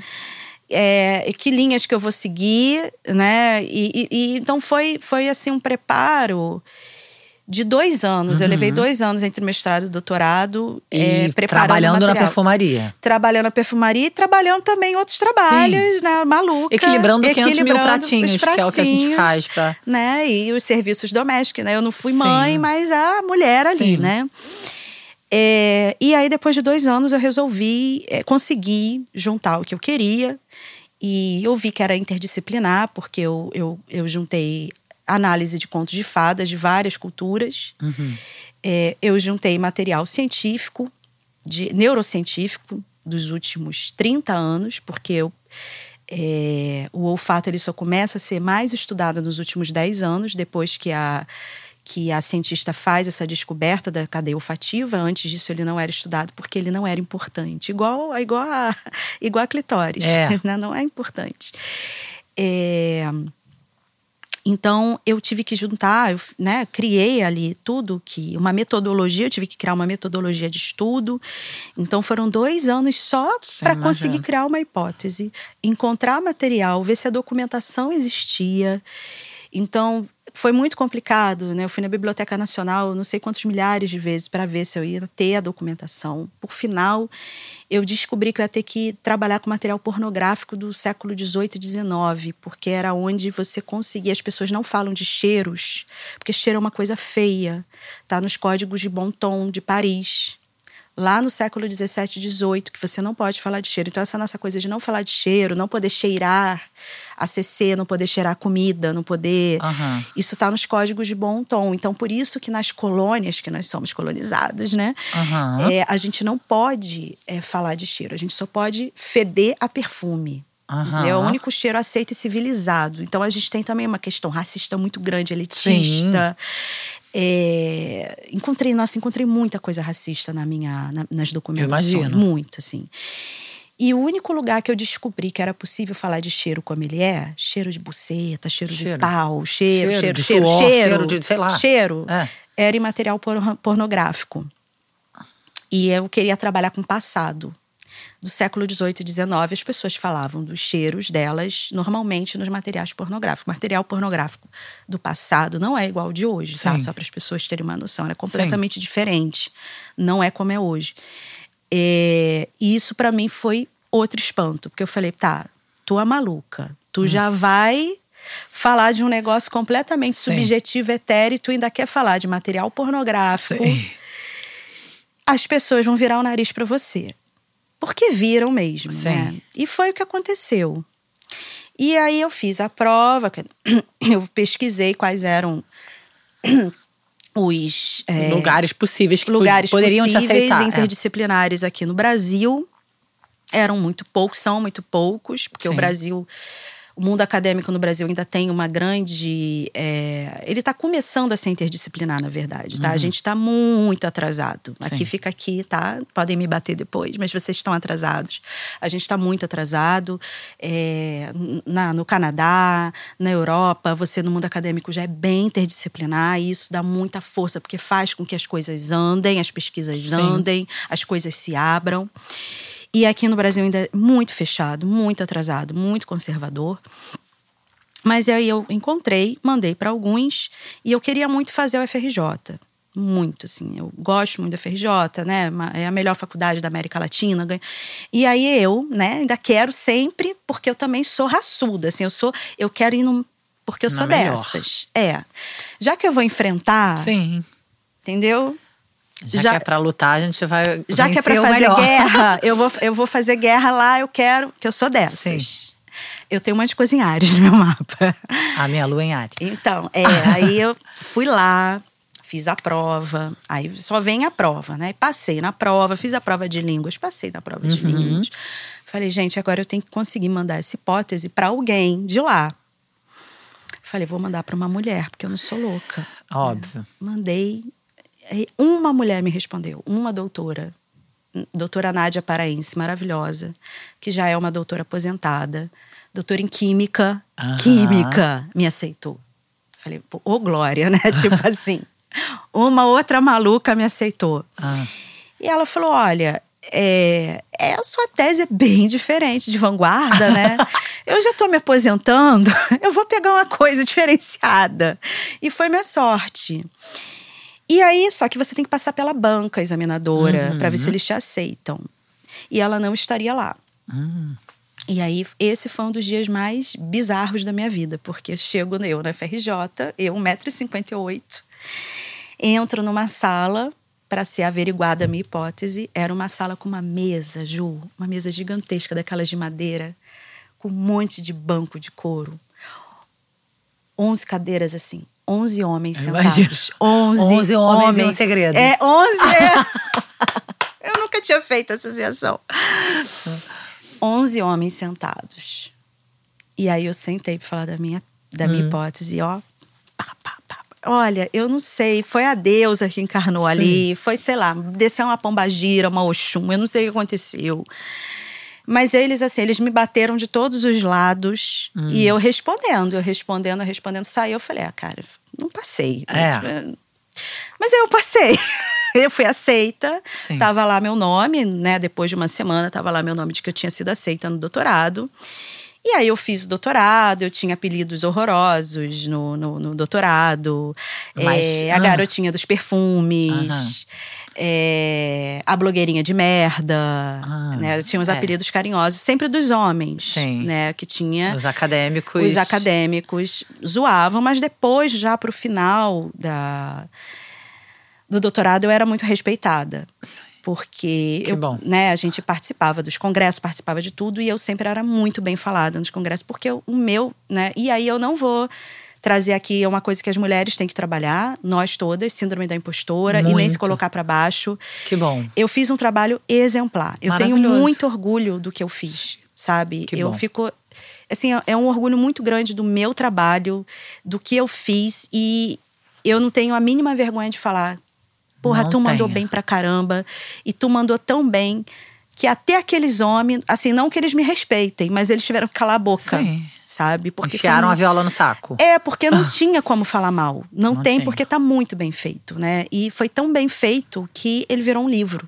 Que linhas que eu vou seguir, né? Então foi assim um preparo de 2 anos. Eu levei 2 anos entre mestrado e doutorado. Preparando trabalhando na perfumaria. Trabalhando na perfumaria e trabalhando também em outros trabalhos, né? Maluca. Equilibrando 500 mil pratinhos, que é o que a gente faz pra… Né? E os serviços domésticos, né? Eu não fui mãe, mas a mulher ali, né? E aí, depois de 2 anos, eu resolvi conseguir juntar o que eu queria. E eu vi que era interdisciplinar, porque eu juntei análise de contos de fadas de várias culturas. Eu juntei material científico, neurocientífico, dos últimos 30 anos, porque o olfato ele só começa a ser mais estudado nos últimos 10 anos, depois que a cientista faz essa descoberta da cadeia olfativa. Antes disso, ele não era estudado porque ele não era importante. Igual a clitóris. Né? Não é importante. Então, eu tive que juntar, né, criei ali tudo, uma metodologia, eu tive que criar uma metodologia de estudo. Então, foram 2 anos só para conseguir criar uma hipótese, encontrar material, ver se a documentação existia. Então, foi muito complicado, né? Eu fui na Biblioteca Nacional não sei quantos milhares de vezes para ver se eu ia ter a documentação. Por final, eu descobri que eu ia ter que trabalhar com material pornográfico do século XVIII e XIX, porque era onde você conseguia… As pessoas não falam de cheiros, porque cheiro é uma coisa feia. Tá nos códigos de Bon Ton de Paris. Lá no século XVII e XVIII, que você não pode falar de cheiro. Então, essa nossa coisa de não falar de cheiro, não poder cheirar a CC, não poder cheirar comida, não poder… Isso tá nos códigos de Bon Ton. Então, por isso que nas colônias, que nós somos colonizados, né? A gente não pode falar de cheiro. A gente só pode feder a perfume. É o único cheiro aceito e civilizado. Então, a gente tem também uma questão racista muito grande, elitista. Encontrei muita coisa racista nas documentações. Eu imagino. Muito, assim. E o único lugar que eu descobri que era possível falar de cheiro como ele cheiro de buceta, cheiro de pau, cheiro de suor, cheiro de, sei lá. Era em material pornográfico. E eu queria trabalhar com passado. do século XVIII e XIX, as pessoas falavam dos cheiros delas normalmente nos materiais pornográficos. O material pornográfico do passado não é igual ao de hoje, tá? Só para as pessoas terem uma noção. Era completamente diferente. Não é como é hoje. E isso para mim foi outro espanto. Porque eu falei, tá, tu é maluca. Tu já vai falar de um negócio completamente subjetivo, etéreo, e tu ainda quer falar de material pornográfico. As pessoas vão virar o nariz para você. Porque viram mesmo, né? E foi o que aconteceu. E aí eu fiz a prova, eu pesquisei quais eram os lugares possíveis que lugares poderiam te aceitar. Interdisciplinares aqui no Brasil. Eram muito poucos, são muito poucos, porque o Brasil... O mundo acadêmico no Brasil ainda tem uma grande... ele está começando a ser interdisciplinar, na verdade, tá? A gente está muito atrasado. Aqui fica aqui, tá? Podem me bater depois, mas vocês estão atrasados. A gente está muito atrasado. No Canadá, na Europa, você no mundo acadêmico já é bem interdisciplinar, e isso dá muita força, porque faz com que as coisas andem, as pesquisas andem, as coisas se abram. E aqui no Brasil ainda é muito fechado, muito atrasado, muito conservador. Mas aí eu encontrei, mandei para alguns, e eu queria muito fazer o FRJ. Muito, assim. Eu gosto muito da FRJ, né? É a melhor faculdade da América Latina. E aí eu, né, ainda quero sempre, porque eu também sou raçuda, assim. Eu quero ir porque eu sou dessas. Já que eu vou enfrentar... Entendeu? Já que é pra lutar, a gente vai já que é pra fazer guerra, eu vou fazer guerra lá, eu quero, que eu sou dessas. Eu tenho um monte de coisa em Áries no meu mapa. A minha lua em Áries. Então, aí eu fui lá, fiz a prova, aí só vem a prova, né? Passei na prova, fiz a prova de línguas, passei na prova de línguas. Falei, gente, agora eu tenho que conseguir mandar essa hipótese pra alguém de lá. Falei, vou mandar pra uma mulher, porque eu não sou louca. Óbvio. Mandei. Uma mulher me respondeu, uma doutora Nádia Paraense, maravilhosa, que já é uma doutora aposentada, doutora em química, me aceitou. Falei, ô glória, né? Tipo assim, uma outra maluca me aceitou. E ela falou, olha, a sua tese é bem diferente, de vanguarda, né? Eu já tô me aposentando, eu vou pegar uma coisa diferenciada. E foi minha sorte. E aí, só que você tem que passar pela banca examinadora para ver se eles te aceitam. E ela não estaria lá. E aí, esse foi um dos dias mais bizarros da minha vida. Porque chego eu na FRJ, eu 1,58 m, entro numa sala para ser averiguada a minha hipótese. Era uma sala com uma mesa, Ju, uma mesa gigantesca, daquelas de madeira, com um monte de banco de couro. 11 cadeiras assim. 11 homens sentados. 11 homens e um segredo. 11. Eu nunca tinha feito essa associação. 11 homens sentados. E aí eu sentei para falar da minha hipótese, ó. Olha, eu não sei, foi a deusa que encarnou ali, foi, sei lá, desceu uma pombagira, uma Oxum, eu não sei o que aconteceu. Mas eles me bateram de todos os lados. E eu respondendo, saí. Eu falei, cara, não passei. Mas eu passei. Eu fui aceita. Tava lá meu nome, né? Depois de uma semana, tava lá meu nome de que eu tinha sido aceita no doutorado. E aí eu fiz o doutorado, eu tinha apelidos horrorosos no doutorado. A garotinha dos perfumes. A blogueirinha de merda, né? Tinha os apelidos carinhosos, sempre dos homens, né? Que tinha os acadêmicos zoavam, mas depois, já pro final do doutorado, eu era muito respeitada. Porque né, a gente participava dos congressos, participava de tudo, e eu sempre era muito bem falada nos congressos, porque o meu, né? E aí eu não vou trazer aqui uma coisa que as mulheres têm que trabalhar, nós todas, síndrome da impostora, e nem se colocar para baixo. Que bom. Eu fiz um trabalho exemplar. Eu tenho muito orgulho do que eu fiz, sabe? Eu fico... Assim, é um orgulho muito grande do meu trabalho, do que eu fiz, e eu não tenho a mínima vergonha de falar, porra, tu mandou bem pra caramba, e tu mandou tão bem, que até aqueles homens, assim, não que eles me respeitem, mas eles tiveram que calar a boca. Sabe? Porque enfiaram a viola no saco. Porque não tinha como falar mal. Não tem, porque tá muito bem feito, né? E foi tão bem feito que ele virou um livro.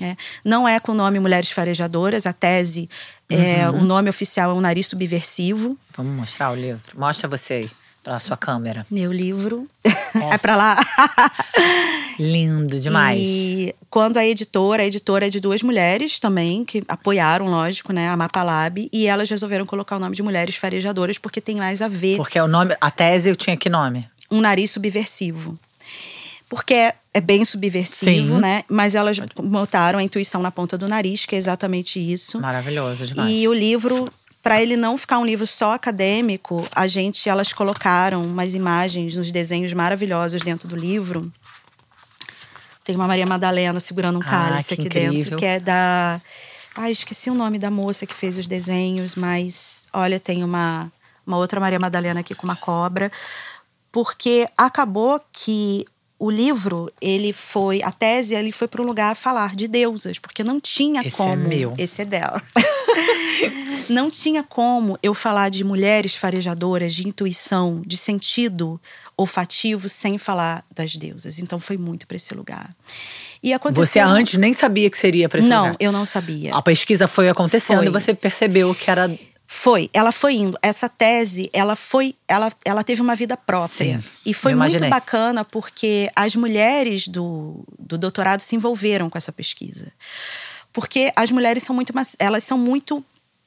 Não é com o nome Mulheres Farejadoras, a tese, o nome oficial é Um Nariz Subversivo. Vamos mostrar o livro? Mostra você aí, pra sua câmera. Meu livro. É pra lá. Lindo demais. E quando a editora é de 2 mulheres também, que apoiaram, lógico, né, a Mapalab, e elas resolveram colocar o nome de Mulheres Farejadoras porque tem mais a ver. Porque o nome, a tese eu tinha que nome? Um Nariz Subversivo. Porque é bem subversivo, né? Mas elas botaram a intuição na ponta do nariz, que é exatamente isso. Maravilhoso demais. E o livro, para ele não ficar um livro só acadêmico, elas colocaram umas imagens, uns desenhos maravilhosos dentro do livro. Tem uma Maria Madalena segurando um cálice aqui dentro, que é da... esqueci o nome da moça que fez os desenhos, mas olha, tem uma outra Maria Madalena aqui com uma cobra. Porque acabou que o livro, a tese, ele foi para um lugar a falar de deusas, porque não tinha como... Esse é meu. Esse é dela. Não tinha como eu falar de mulheres farejadoras, de intuição, de sentido olfativo, sem falar das deusas. Então foi muito para esse lugar. E aconteceu... Você antes nem sabia que seria para esse lugar? Não, eu não sabia. A pesquisa foi acontecendo e você percebeu que era... Ela foi indo. Essa tese, ela teve uma vida própria. Sim, e foi muito bacana porque as mulheres do doutorado se envolveram com essa pesquisa. Porque as mulheres são muito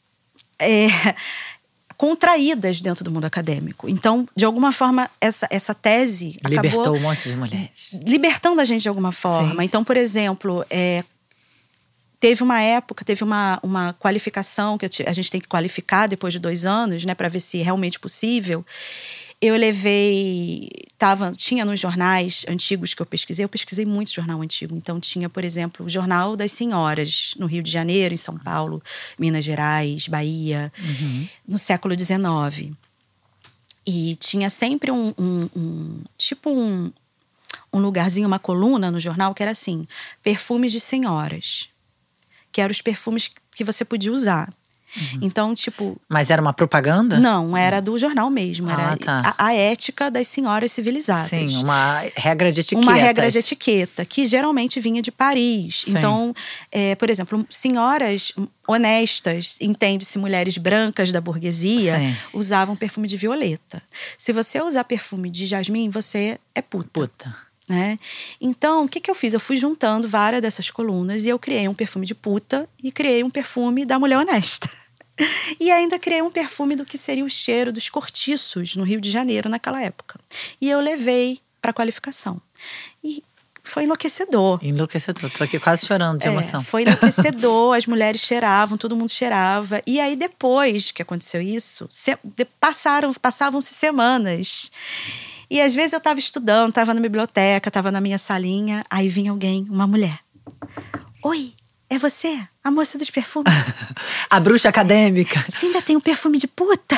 contraídas dentro do mundo acadêmico. Então, de alguma forma, essa tese libertou um monte de mulheres. Libertando a gente de alguma forma. Sim. Então, por exemplo... Teve uma época, teve uma qualificação que a gente tem que qualificar depois de 2 anos, né, para ver se é realmente possível. Eu tinha nos jornais antigos que eu pesquisei muito jornal antigo. Então tinha, por exemplo, o Jornal das Senhoras, no Rio de Janeiro, em São Paulo, Minas Gerais, Bahia, no século XIX. E tinha sempre um lugarzinho, uma coluna no jornal que era assim, perfumes de senhoras. Que eram os perfumes que você podia usar. Então, tipo... Mas era uma propaganda? Não, era do jornal mesmo. Era a ética das senhoras civilizadas. Sim, uma regra de etiqueta. Uma regra de etiqueta, que geralmente vinha de Paris. Sim. Então, por exemplo, senhoras honestas, entende-se mulheres brancas da burguesia, usavam perfume de violeta. Se você usar perfume de jasmim, você é puta. Né? Então, o que eu fiz? Eu fui juntando várias dessas colunas e eu criei um perfume de puta e criei um perfume da mulher honesta. E ainda criei um perfume do que seria o cheiro dos cortiços no Rio de Janeiro naquela época. E eu levei para qualificação. E foi enlouquecedor. Enlouquecedor. Tô aqui quase chorando de emoção. Foi enlouquecedor, as mulheres cheiravam, todo mundo cheirava. E aí, depois que aconteceu isso, passavam-se semanas. E às vezes eu estava estudando, estava na biblioteca, estava na minha salinha, aí vinha alguém, uma mulher. Oi, é você? A moça dos perfumes? A bruxa acadêmica. Você ainda tem um perfume de puta?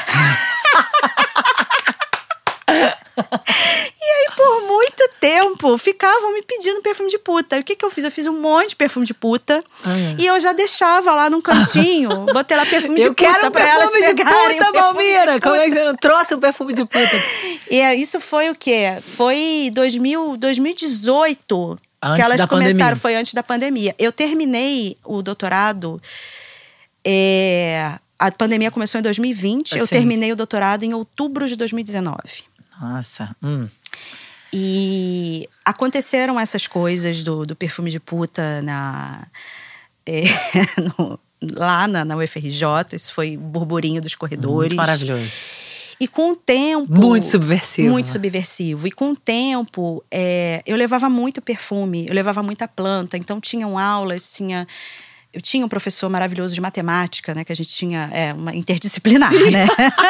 E aí, por muito tempo, ficavam me pedindo perfume de puta. E o que eu fiz? Eu fiz um monte de perfume de puta. E eu já deixava lá num cantinho. Botei lá perfume de puta pra elas pegarem. Eu quero um perfume de puta, Valmira! Como é que você não trouxe um perfume de puta? E isso foi o quê? Foi 2018 antes que elas da começaram. Pandemia. Foi antes da pandemia. Eu terminei o doutorado... A pandemia começou em 2020. Eu terminei o doutorado em outubro de 2019. Nossa. E aconteceram essas coisas do perfume de puta lá na UFRJ. Isso foi o burburinho dos corredores. Muito maravilhoso. E com o tempo... Muito subversivo. Muito subversivo. E com o tempo, eu levava muito perfume, eu levava muita planta. Então tinham aulas, eu tinha um professor maravilhoso de matemática, né? Que a gente tinha uma interdisciplinar, né?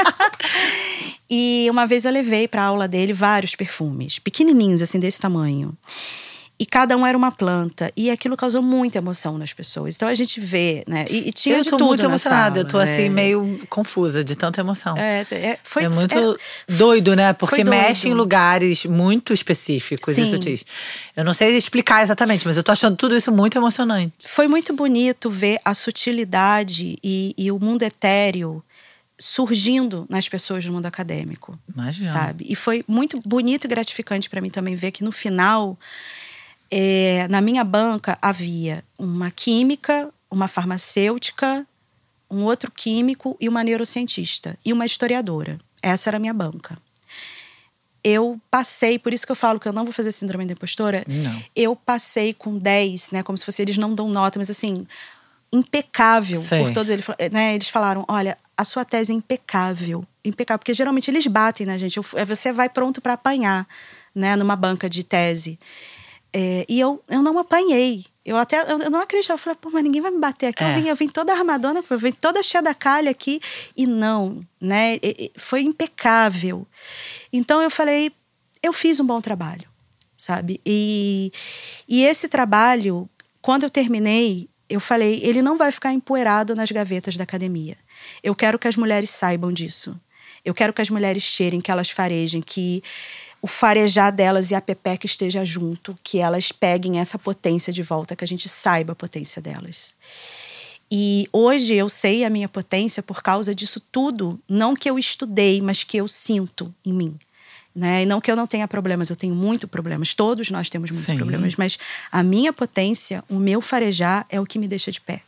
E uma vez eu levei para a aula dele vários perfumes, pequenininhos, assim, desse tamanho. E cada um era uma planta. E aquilo causou muita emoção nas pessoas. Então a gente vê, né? E tinha de tudo. Eu tô muito emocionada. Eu tô assim, meio confusa de tanta emoção. Foi muito doido, né? Porque mexe em lugares muito específicos. Sim. Isso eu não sei explicar exatamente, mas eu tô achando tudo isso muito emocionante. Foi muito bonito ver a sutilidade e o mundo etéreo surgindo nas pessoas do mundo acadêmico. Imagina. Sabe? E foi muito bonito e gratificante para mim também ver que no final Na minha banca havia uma química, uma farmacêutica, um outro químico e uma neurocientista. E uma historiadora. Essa era a minha banca. Eu passei, por isso que eu falo que eu não vou fazer síndrome da impostora. Não. Eu passei com 10, né? Como se fosse, eles não dão nota, mas assim, impecável. Sei. Por todos eles, né? Eles falaram, olha, a sua tese é impecável. Impecável, porque geralmente eles batem na gente. Você vai pronto para apanhar, né? Numa banca de tese. E eu não apanhei. Eu não acreditava. Eu falei, pô, mas ninguém vai me bater aqui. Eu vim toda armadona, eu vim toda cheia da calha aqui. E não, né? Foi impecável. Então eu falei, eu fiz um bom trabalho, sabe? E esse trabalho, quando eu terminei, eu falei, ele não vai ficar empoeirado nas gavetas da academia. Eu quero que as mulheres saibam disso. Eu quero que as mulheres cheirem, que elas farejem, que o farejar delas e a pepeca esteja junto, que elas peguem essa potência de volta, que a gente saiba a potência delas. E hoje eu sei a minha potência por causa disso tudo, não que eu estudei, mas que eu sinto em mim. Né? E não que eu não tenha problemas, eu tenho muitos problemas, todos nós temos muitos problemas, mas a minha potência, o meu farejar é o que me deixa de pé.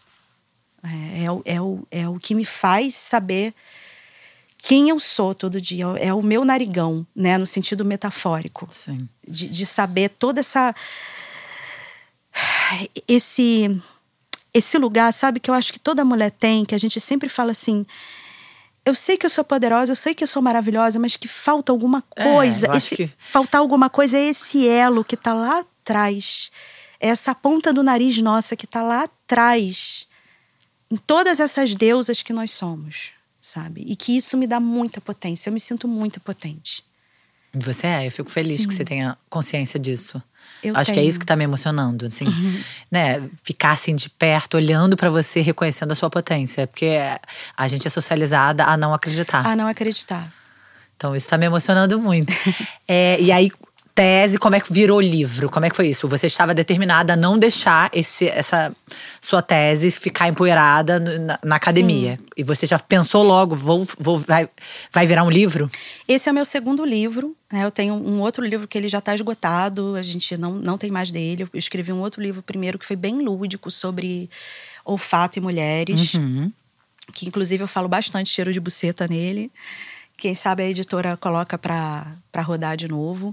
É o que me faz saber quem eu sou todo dia, é o meu narigão, né? No sentido metafórico. Sim. De saber toda esse lugar, sabe, que eu acho que toda mulher tem, que a gente sempre fala assim, eu sei que eu sou poderosa, eu sei que eu sou maravilhosa, mas que falta alguma coisa. Faltar alguma coisa é esse elo que tá lá atrás. É essa ponta do nariz nossa que tá lá atrás. Em todas essas deusas que nós somos, sabe? E que isso me dá muita potência. Eu me sinto muito potente. Eu fico feliz Sim. que você tenha consciência disso. Eu Acho que é isso que tá me emocionando, assim. Né? Ficar assim de perto, olhando pra você, reconhecendo a sua potência. Porque a gente é socializada a não acreditar. A não acreditar. Então isso tá me emocionando muito. E aí, tese, como é que virou livro? Como é que foi isso? Você estava determinada a não deixar essa sua tese ficar empoeirada na academia. Sim. E você já pensou logo, vai virar um livro? Esse é o meu segundo livro. Né? Eu tenho um outro livro que ele já está esgotado. A gente não tem mais dele. Eu escrevi um outro livro primeiro que foi bem lúdico sobre olfato e mulheres. Uhum. Que inclusive eu falo bastante cheiro de buceta nele. Quem sabe a editora coloca para rodar de novo.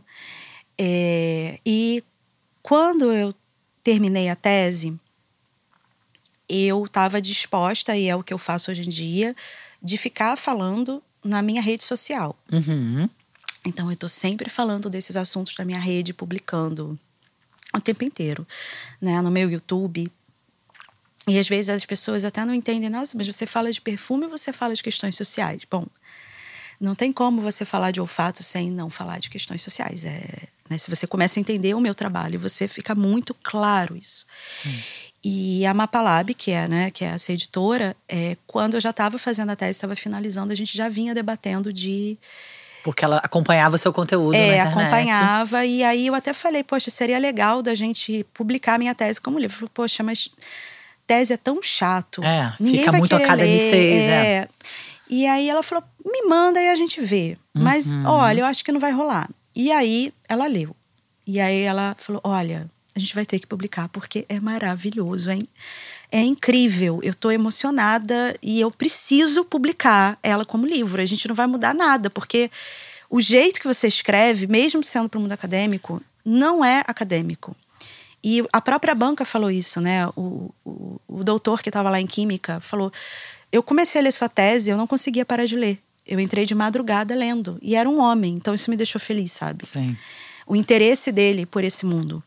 E quando eu terminei a tese, eu estava disposta, e é o que eu faço hoje em dia, de ficar falando na minha rede social. Uhum. Então eu estou sempre falando desses assuntos da minha rede, publicando o tempo inteiro, né? No meu YouTube. E às vezes as pessoas até não entendem, nossa, mas você fala de perfume ou você fala de questões sociais? Bom, não tem como você falar de olfato sem não falar de questões sociais. Né? Se você começa a entender o meu trabalho, você fica muito claro isso. Sim. E a Mapalab, que é essa editora, quando eu já estava fazendo a tese, estava finalizando, a gente já vinha debatendo de... Porque ela acompanhava o seu conteúdo na internet. Acompanhava. E aí eu até falei, poxa, seria legal da gente publicar a minha tese como livro. Eu falei, poxa, mas tese é tão chato. Ninguém fica vai muito academicês. E aí ela falou, me manda e a gente vê. Mas, olha, eu acho que não vai rolar. E aí ela leu. E aí ela falou, olha, a gente vai ter que publicar porque é maravilhoso, é incrível. Eu tô emocionada e eu preciso publicar ela como livro. A gente não vai mudar nada, porque o jeito que você escreve, mesmo sendo para o mundo acadêmico, não é acadêmico. E a própria banca falou isso, né? O doutor que estava lá em Química falou... Eu comecei a ler sua tese, eu não conseguia parar de ler. Eu entrei de madrugada lendo. E era um homem, então isso me deixou feliz, sabe? Sim. O interesse dele por esse mundo.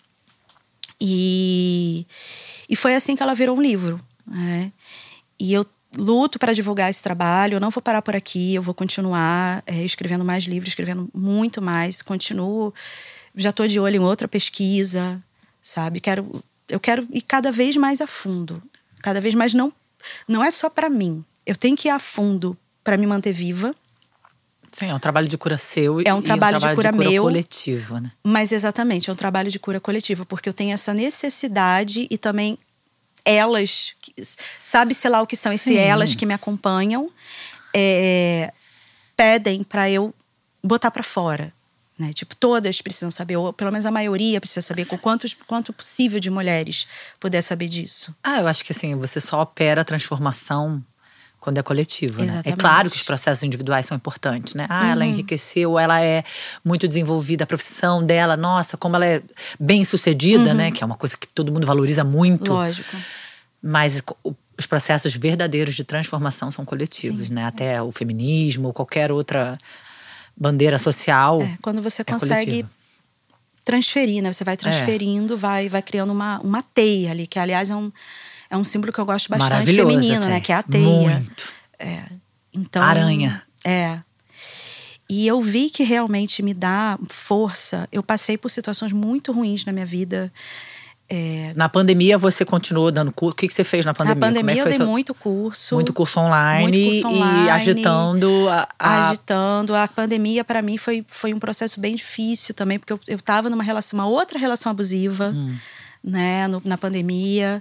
E foi assim que ela virou um livro. Né? E eu luto para divulgar esse trabalho. Eu não vou parar por aqui, eu vou continuar escrevendo mais livros, escrevendo muito mais. Continuo, já estou de olho em outra pesquisa, sabe? Eu quero ir cada vez mais a fundo. Cada vez mais não é só para mim. Eu tenho que ir a fundo para me manter viva. Sim, é um trabalho de cura seu é um trabalho de cura meu, coletivo, né? Mas exatamente, é um trabalho de cura coletiva, porque eu tenho essa necessidade e também elas, sabe-se lá o que são esses elas que me acompanham, pedem para eu botar para fora, né? Tipo, todas precisam saber, ou pelo menos a maioria precisa saber, com quanto possível de mulheres puder saber disso. Eu acho que assim, você só opera a transformação quando é coletivo, né? Exatamente. É claro que os processos individuais são importantes, né? Ela enriqueceu, ela é muito desenvolvida, a profissão dela, nossa, como ela é bem sucedida, né? Que é uma coisa que todo mundo valoriza muito. Lógico. Mas os processos verdadeiros de transformação são coletivos, né? Até o feminismo ou qualquer outra bandeira social. Quando você consegue coletiva. transferir, né? Você vai transferindo, vai criando uma teia ali, que aliás é um símbolo que eu gosto bastante feminino, né? Que é a teia. Muito. Então, aranha. E eu vi que realmente me dá força. Eu passei por situações muito ruins na minha vida. Na pandemia você continuou dando curso? O que você fez na pandemia? Na pandemia Como é que foi eu dei muito curso. Muito curso online. E agitando agitando. A pandemia para mim foi um processo bem difícil também, porque eu tava numa relação, uma outra relação abusiva, né, na pandemia.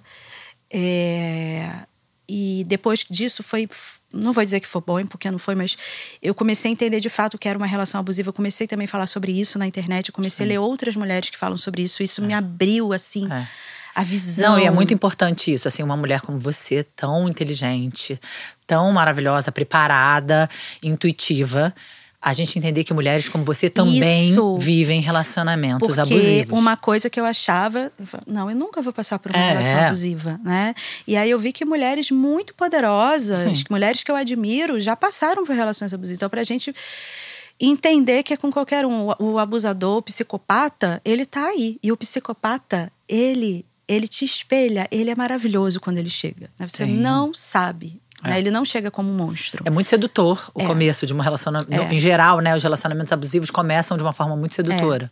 E depois disso não vou dizer que foi bom, porque não foi, mas eu comecei a entender de fato que era uma relação abusiva. Eu comecei também a falar sobre isso na internet. Eu comecei a ler outras mulheres que falam sobre isso. Isso me abriu, assim, a visão. Não, e é muito importante isso, assim, uma mulher como você, tão inteligente, tão maravilhosa, preparada, intuitiva. A gente entender que mulheres como você também vivem relacionamentos abusivos. Porque uma coisa que eu achava… Não, eu nunca vou passar por uma relação abusiva, né? E aí eu vi que mulheres muito poderosas, mulheres que eu admiro, já passaram por relações abusivas. Então, pra gente entender que é com qualquer um. O abusador, o psicopata, ele tá aí. E o psicopata, ele te espelha. Ele é maravilhoso quando ele chega. Você não sabe. Né? Ele não chega como um monstro. É muito sedutor o começo de uma relacionamento. Em geral, né, os relacionamentos abusivos começam de uma forma muito sedutora.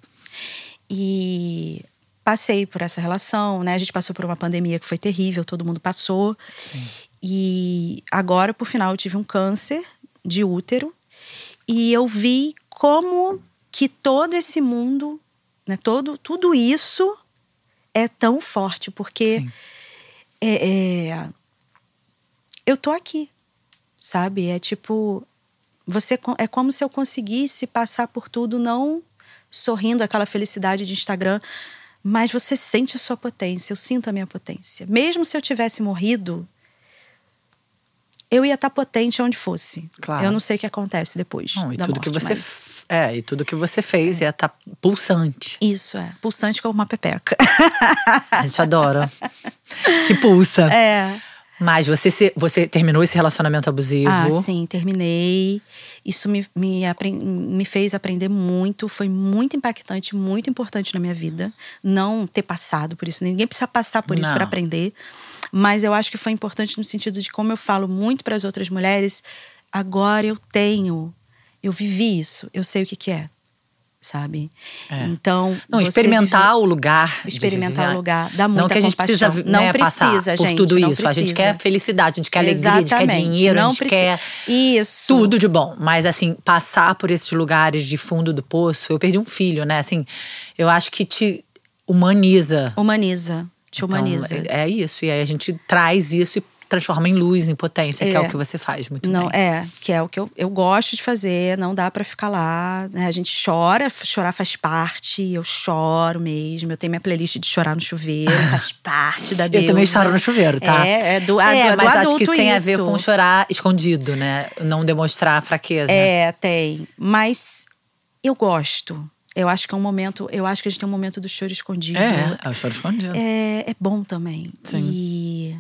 E passei por essa relação, né? A gente passou por uma pandemia que foi terrível, todo mundo passou. Sim. E agora, por final, eu tive um câncer de útero. E eu vi como que todo esse mundo, né, tudo isso é tão forte. Porque eu tô aqui, sabe? É tipo… é como se eu conseguisse passar por tudo, não sorrindo aquela felicidade de Instagram, mas você sente a sua potência, eu sinto a minha potência. Mesmo se eu tivesse morrido, eu ia estar potente onde fosse. Claro. Eu não sei o que acontece depois da morte. E tudo que você fez ia estar pulsante. Isso, pulsante como uma pepeca. A gente adora. Que pulsa. Mas você terminou esse relacionamento abusivo? Sim, terminei. Isso me fez aprender muito. Foi muito impactante, muito importante na minha vida. Não ter passado por isso. Ninguém precisa passar por isso para aprender. Mas eu acho que foi importante no sentido de, como eu falo muito para as outras mulheres, agora eu vivi isso. Eu sei o que é. Sabe? Então, experimentar o lugar. Experimentar o lugar. Dá muita não que a gente compaixão. Não precisa, gente, por tudo isso. Precisa. A gente quer felicidade, a gente quer alegria, a gente quer dinheiro, a gente quer tudo de bom. Mas assim, passar por esses lugares de fundo do poço… Eu perdi um filho, né? Assim, eu acho que te humaniza. Te humaniza. Então, é isso. E aí a gente traz isso e transforma em luz, em potência, que é o que você faz muito bem. Que é o que eu gosto de fazer, não dá pra ficar lá, né? A gente chorar faz parte, eu choro mesmo, eu tenho minha playlist de chorar no chuveiro, faz parte da deusa. Eu também choro no chuveiro, tá? Do mas adulto acho que isso tem a ver com chorar escondido, né? Não demonstrar a fraqueza. Tem. Mas eu gosto. Eu acho que é um momento… Eu acho que a gente tem um momento do choro escondido. É o choro escondido. É bom também. Sim. E…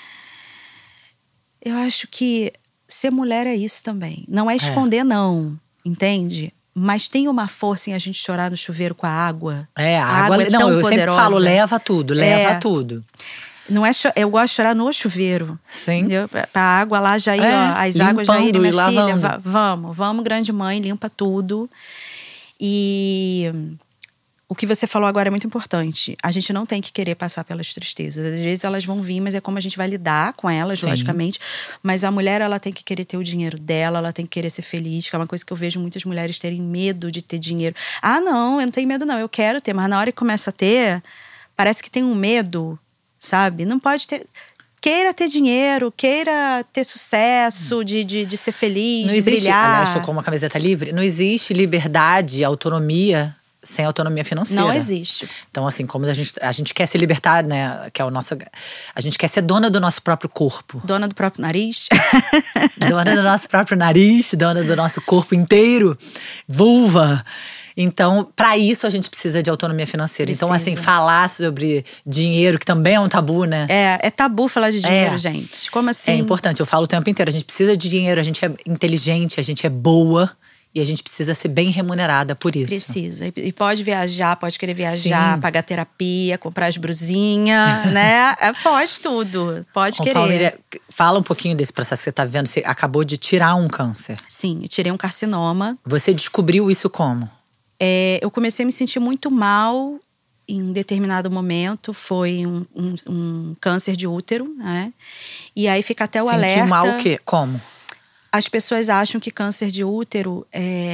eu acho que ser mulher é isso também. Não é esconder, não. Entende? Mas tem uma força em a gente chorar no chuveiro com a água. A água é tão poderosa. Sempre falo, leva tudo. Não é eu gosto de chorar no chuveiro. Sim. Entendeu? A água lá já ir, as águas já irem, minha filha. Vamos, grande mãe, limpa tudo. E… o que você falou agora é muito importante. A gente não tem que querer passar pelas tristezas. Às vezes elas vão vir, mas é como a gente vai lidar com elas, logicamente. Mas a mulher, ela tem que querer ter o dinheiro dela, ela tem que querer ser feliz, que é uma coisa que eu vejo muitas mulheres terem medo de ter dinheiro. Não, eu não tenho medo não, eu quero ter. Mas na hora que começa a ter, parece que tem um medo, sabe? Não pode ter… queira ter dinheiro, queira ter sucesso, de ser feliz, Não de existe, brilhar. aliás, sou como uma camiseta livre. Não existe liberdade, autonomia sem autonomia financeira. Não existe. Então, assim, como a gente quer se libertar, né? Que é o nosso. A gente quer ser dona do nosso próprio corpo. Dona do próprio nariz. Dona do nosso próprio nariz, dona do nosso corpo inteiro, vulva. Então, para isso a gente precisa de autonomia financeira. Precisa. Então, assim, falar sobre dinheiro, que também é um tabu, né? É tabu falar de dinheiro, gente. Como assim? É importante, eu falo o tempo inteiro. A gente precisa de dinheiro, a gente é inteligente, a gente é boa. E a gente precisa ser bem remunerada por isso. Precisa. E pode viajar, pode querer viajar, pagar terapia, comprar as brusinhas, né? Pode tudo. Pode querer. Palmeira, fala um pouquinho desse processo que você tá vivendo. Você acabou de tirar um câncer. Sim, eu tirei um carcinoma. Você descobriu isso como? Eu comecei a me sentir muito mal em um determinado momento. Foi um câncer de útero, né? E aí fica até o alerta. Sentiu mal o quê? Como? As pessoas acham que câncer de útero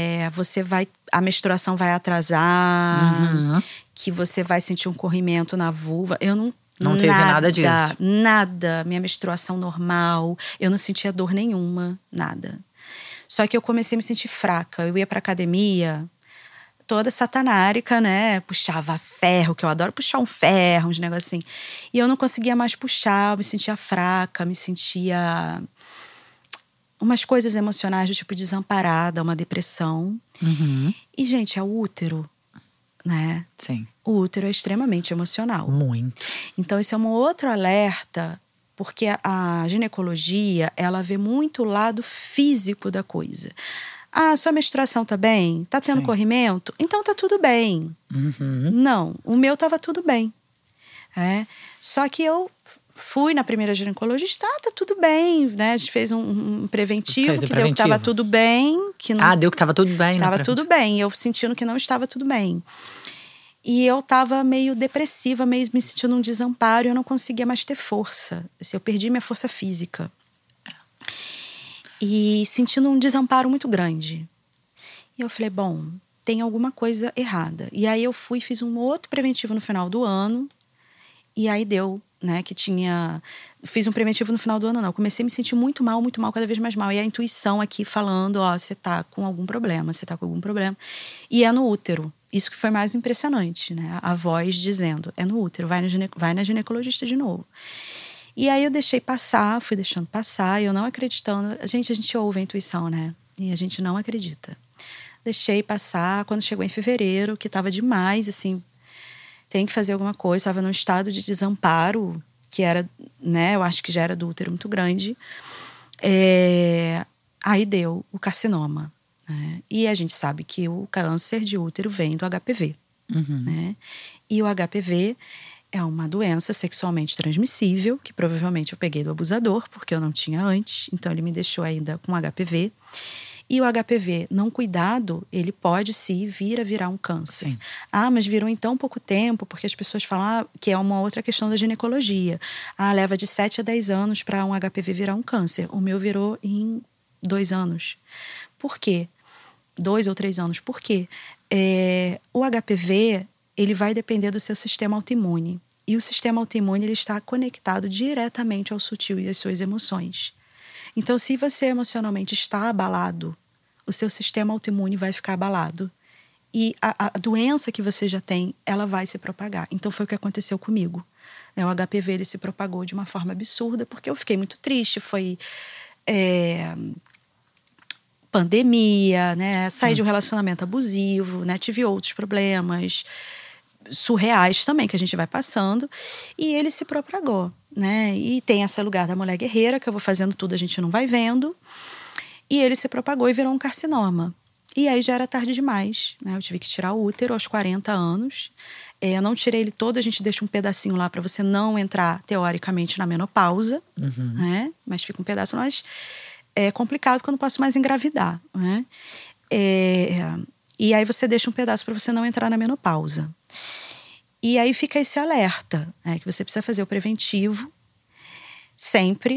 a menstruação vai atrasar, que você vai sentir um corrimento na vulva. Eu não teve nada disso. Nada. Minha menstruação normal, eu não sentia dor nenhuma, nada. Só que eu comecei a me sentir fraca. Eu ia pra academia, toda satanárica, né? Puxava ferro, que eu adoro puxar um ferro, uns negocinhos. E eu não conseguia mais puxar, eu me sentia fraca, me sentia umas coisas emocionais do tipo desamparada, uma depressão. E, gente, é o útero, né? Sim. O útero é extremamente emocional. Muito. Então, isso é um outro alerta, porque a ginecologia, ela vê muito o lado físico da coisa. Ah, sua menstruação tá bem? Tá tendo corrimento? Então tá tudo bem. Não, o meu tava tudo bem. Só que eu fui na primeira ginecologista, tá tudo bem, né? A gente fez um preventivo, deu que tava tudo bem. Que não, deu que tava tudo bem. Tava tudo bem, eu sentindo que não estava tudo bem. E eu tava meio depressiva, meio me sentindo um desamparo, e eu não conseguia mais ter força. Assim, eu perdi minha força física. E sentindo um desamparo muito grande. E eu falei, bom, tem alguma coisa errada. E aí eu fui e fiz um outro preventivo no final do ano, e aí deu, né, que tinha... Fiz um preventivo no final do ano, não. Comecei a me sentir muito mal, cada vez mais mal. E a intuição aqui falando, ó, você tá com algum problema, você tá com algum problema. E é no útero. Isso que foi mais impressionante, né? A voz dizendo, é no útero, vai na ginecologista de novo. E aí eu deixei passar, fui deixando passar, e eu não acreditando. A gente ouve a intuição, né? E a gente não acredita. Deixei passar, quando chegou em fevereiro, que tava demais, assim... Tem que fazer alguma coisa, estava num estado de desamparo, que era, né, eu acho que já era do útero muito grande. Aí deu o carcinoma. Né? E a gente sabe que o câncer de útero vem do HPV. Né? E o HPV é uma doença sexualmente transmissível, que provavelmente eu peguei do abusador, porque eu não tinha antes, então ele me deixou ainda com HPV. E o HPV não cuidado, ele pode sim vir a virar um câncer. Sim. Ah, mas virou em tão pouco tempo, porque as pessoas falam que é uma outra questão da ginecologia. Ah, leva de 7 a 10 anos para um HPV virar um câncer. O meu virou em 2 anos. Por quê? 2 ou 3 anos. Por quê? O HPV, ele vai depender do seu sistema autoimune. E o sistema autoimune, ele está conectado diretamente ao sutil e às suas emoções. Então, se você emocionalmente está abalado, o seu sistema autoimune vai ficar abalado. E a doença que você já tem, ela vai se propagar. Então, foi o que aconteceu comigo. O HPV, ele se propagou de uma forma absurda, porque eu fiquei muito triste. Foi pandemia, né? Saí de um relacionamento abusivo, né? Tive outros problemas surreais também, que a gente vai passando. E ele se propagou. Né? E tem esse lugar da mulher guerreira, que eu vou fazendo tudo, a gente não vai vendo. E ele se propagou e virou um carcinoma. E aí já era tarde demais, né? Eu tive que tirar o útero aos 40 anos. Eu não tirei ele todo, a gente deixa um pedacinho lá para você não entrar, teoricamente, na menopausa. Né? Mas fica um pedaço, mas é complicado porque eu não posso mais engravidar. Né? E aí você deixa um pedaço para você não entrar na menopausa. E aí fica esse alerta, né, que você precisa fazer o preventivo sempre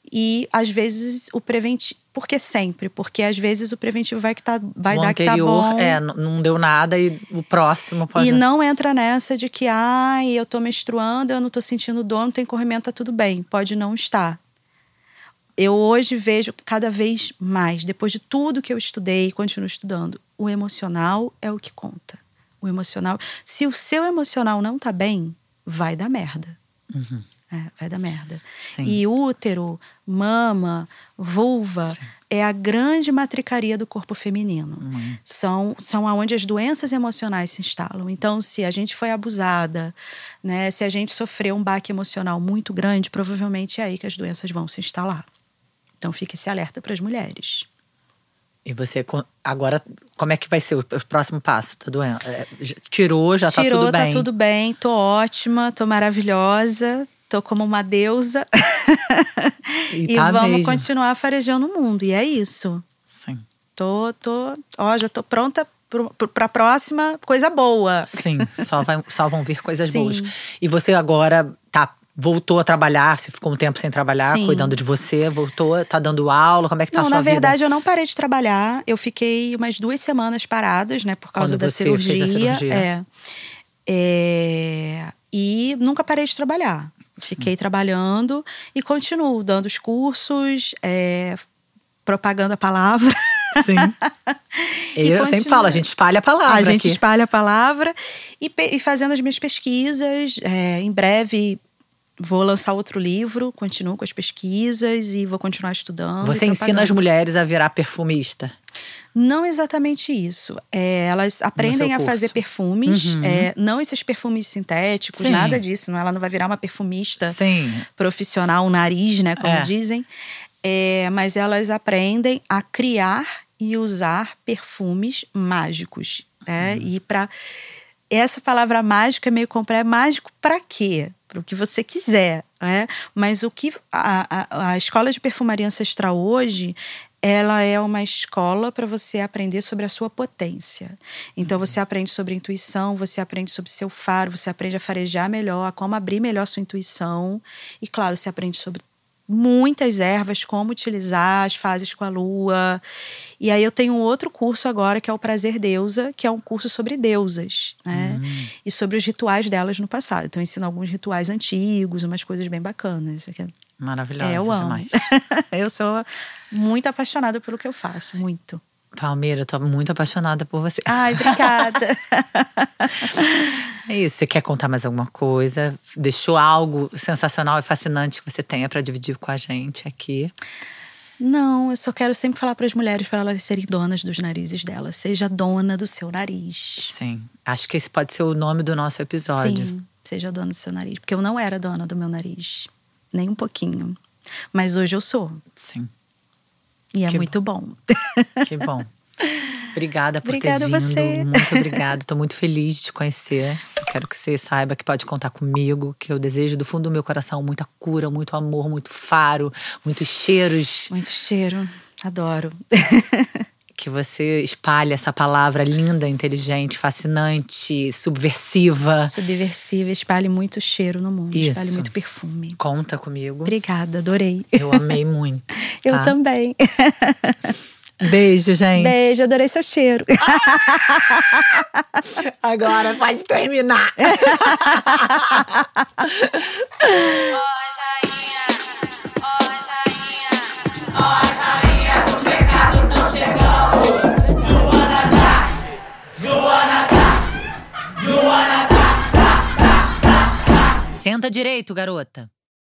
E às vezes o preventivo… Por que sempre? Porque às vezes o preventivo vai dar que tá bom. Não deu nada e o próximo pode… E não entra nessa de que, eu tô menstruando, eu não tô sentindo dor, não tem corrimento, tá tudo bem. Pode não estar. Eu hoje vejo cada vez mais, depois de tudo que eu estudei e continuo estudando, o emocional é o que conta. O emocional… Se o seu emocional não tá bem, vai dar merda. Uhum. Vai dar merda. Sim. E útero, mama, vulva, sim, é a grande matricaria do corpo feminino. São aonde as doenças emocionais se instalam. Então, se a gente foi abusada, né, se a gente sofreu um baque emocional muito grande, provavelmente é aí que as doenças vão se instalar. Então, fique esse alerta para as mulheres. E você, agora, como é que vai ser o próximo passo? Tá doendo? Tirou, já tá tudo bem? Tirou, tá tudo bem. Tô ótima, tô maravilhosa. Tô como uma deusa. E tá vamos mesmo continuar farejando o mundo. E é isso. Sim. Já tô pronta pra próxima coisa boa. Sim, só vão vir coisas boas. E você agora voltou a trabalhar, você ficou um tempo sem trabalhar, sim, cuidando de você, voltou, tá dando aula, como é que tá a sua vida? Não, na verdade eu não parei de trabalhar, eu fiquei umas 2 semanas paradas, né, por causa da cirurgia. Fez a cirurgia. E nunca parei de trabalhar. Fiquei trabalhando e continuo dando os cursos, propagando a palavra. Sim. Eu sempre falo, a gente espalha a palavra. A gente aqui espalha a palavra e fazendo as minhas pesquisas. Em breve vou lançar outro livro, continuo com as pesquisas e vou continuar estudando. Você ensina as mulheres a virar perfumista? Não exatamente isso. Elas aprendem a fazer perfumes, não esses perfumes sintéticos, sim, nada disso. Ela não vai virar uma perfumista, sim, profissional, um nariz, né, como dizem. Mas elas aprendem a criar e usar perfumes mágicos. E essa palavra mágica é meio complexa. Mágico para quê? Para o que você quiser. Mas o que a escola de perfumaria ancestral hoje, ela é uma escola para você aprender sobre a sua potência. Então você aprende sobre intuição, você aprende sobre seu faro, você aprende a farejar melhor, a como abrir melhor sua intuição. E claro, você aprende sobre muitas ervas, como utilizar, as fases com a lua. E aí eu tenho um outro curso agora, que é o Prazer Deusa, que é um curso sobre deusas, né? E sobre os rituais delas no passado. Então eu ensino alguns rituais antigos, umas coisas bem bacanas. Maravilhosa, eu amo. Demais. Eu sou muito apaixonada pelo que eu faço, muito. Palmeira, eu tô muito apaixonada por você. Ai, obrigada. É isso, você quer contar mais alguma coisa? Deixou algo sensacional e fascinante que você tenha pra dividir com a gente aqui? Não, eu só quero sempre falar para as mulheres para elas serem donas dos narizes delas. Seja dona do seu nariz. Sim, acho que esse pode ser o nome do nosso episódio. Sim, seja dona do seu nariz. Porque eu não era dona do meu nariz, nem um pouquinho. Mas hoje eu sou. Sim. E é muito bom. Que bom. Obrigada por Obrigada ter vindo. Você. Muito obrigada. Estou muito feliz de te conhecer. Eu quero que você saiba que pode contar comigo, que eu desejo do fundo do meu coração muita cura, muito amor, muito faro, muitos cheiros. Muito cheiro. Adoro. Que você espalhe essa palavra linda, inteligente, fascinante, subversiva. Subversiva, espalhe muito cheiro no mundo. Isso. Espalhe muito perfume. Conta comigo. Obrigada, adorei. Eu amei muito. Eu também. Beijo, gente. Beijo, adorei seu cheiro. Agora pode terminar. Senta direito, garota.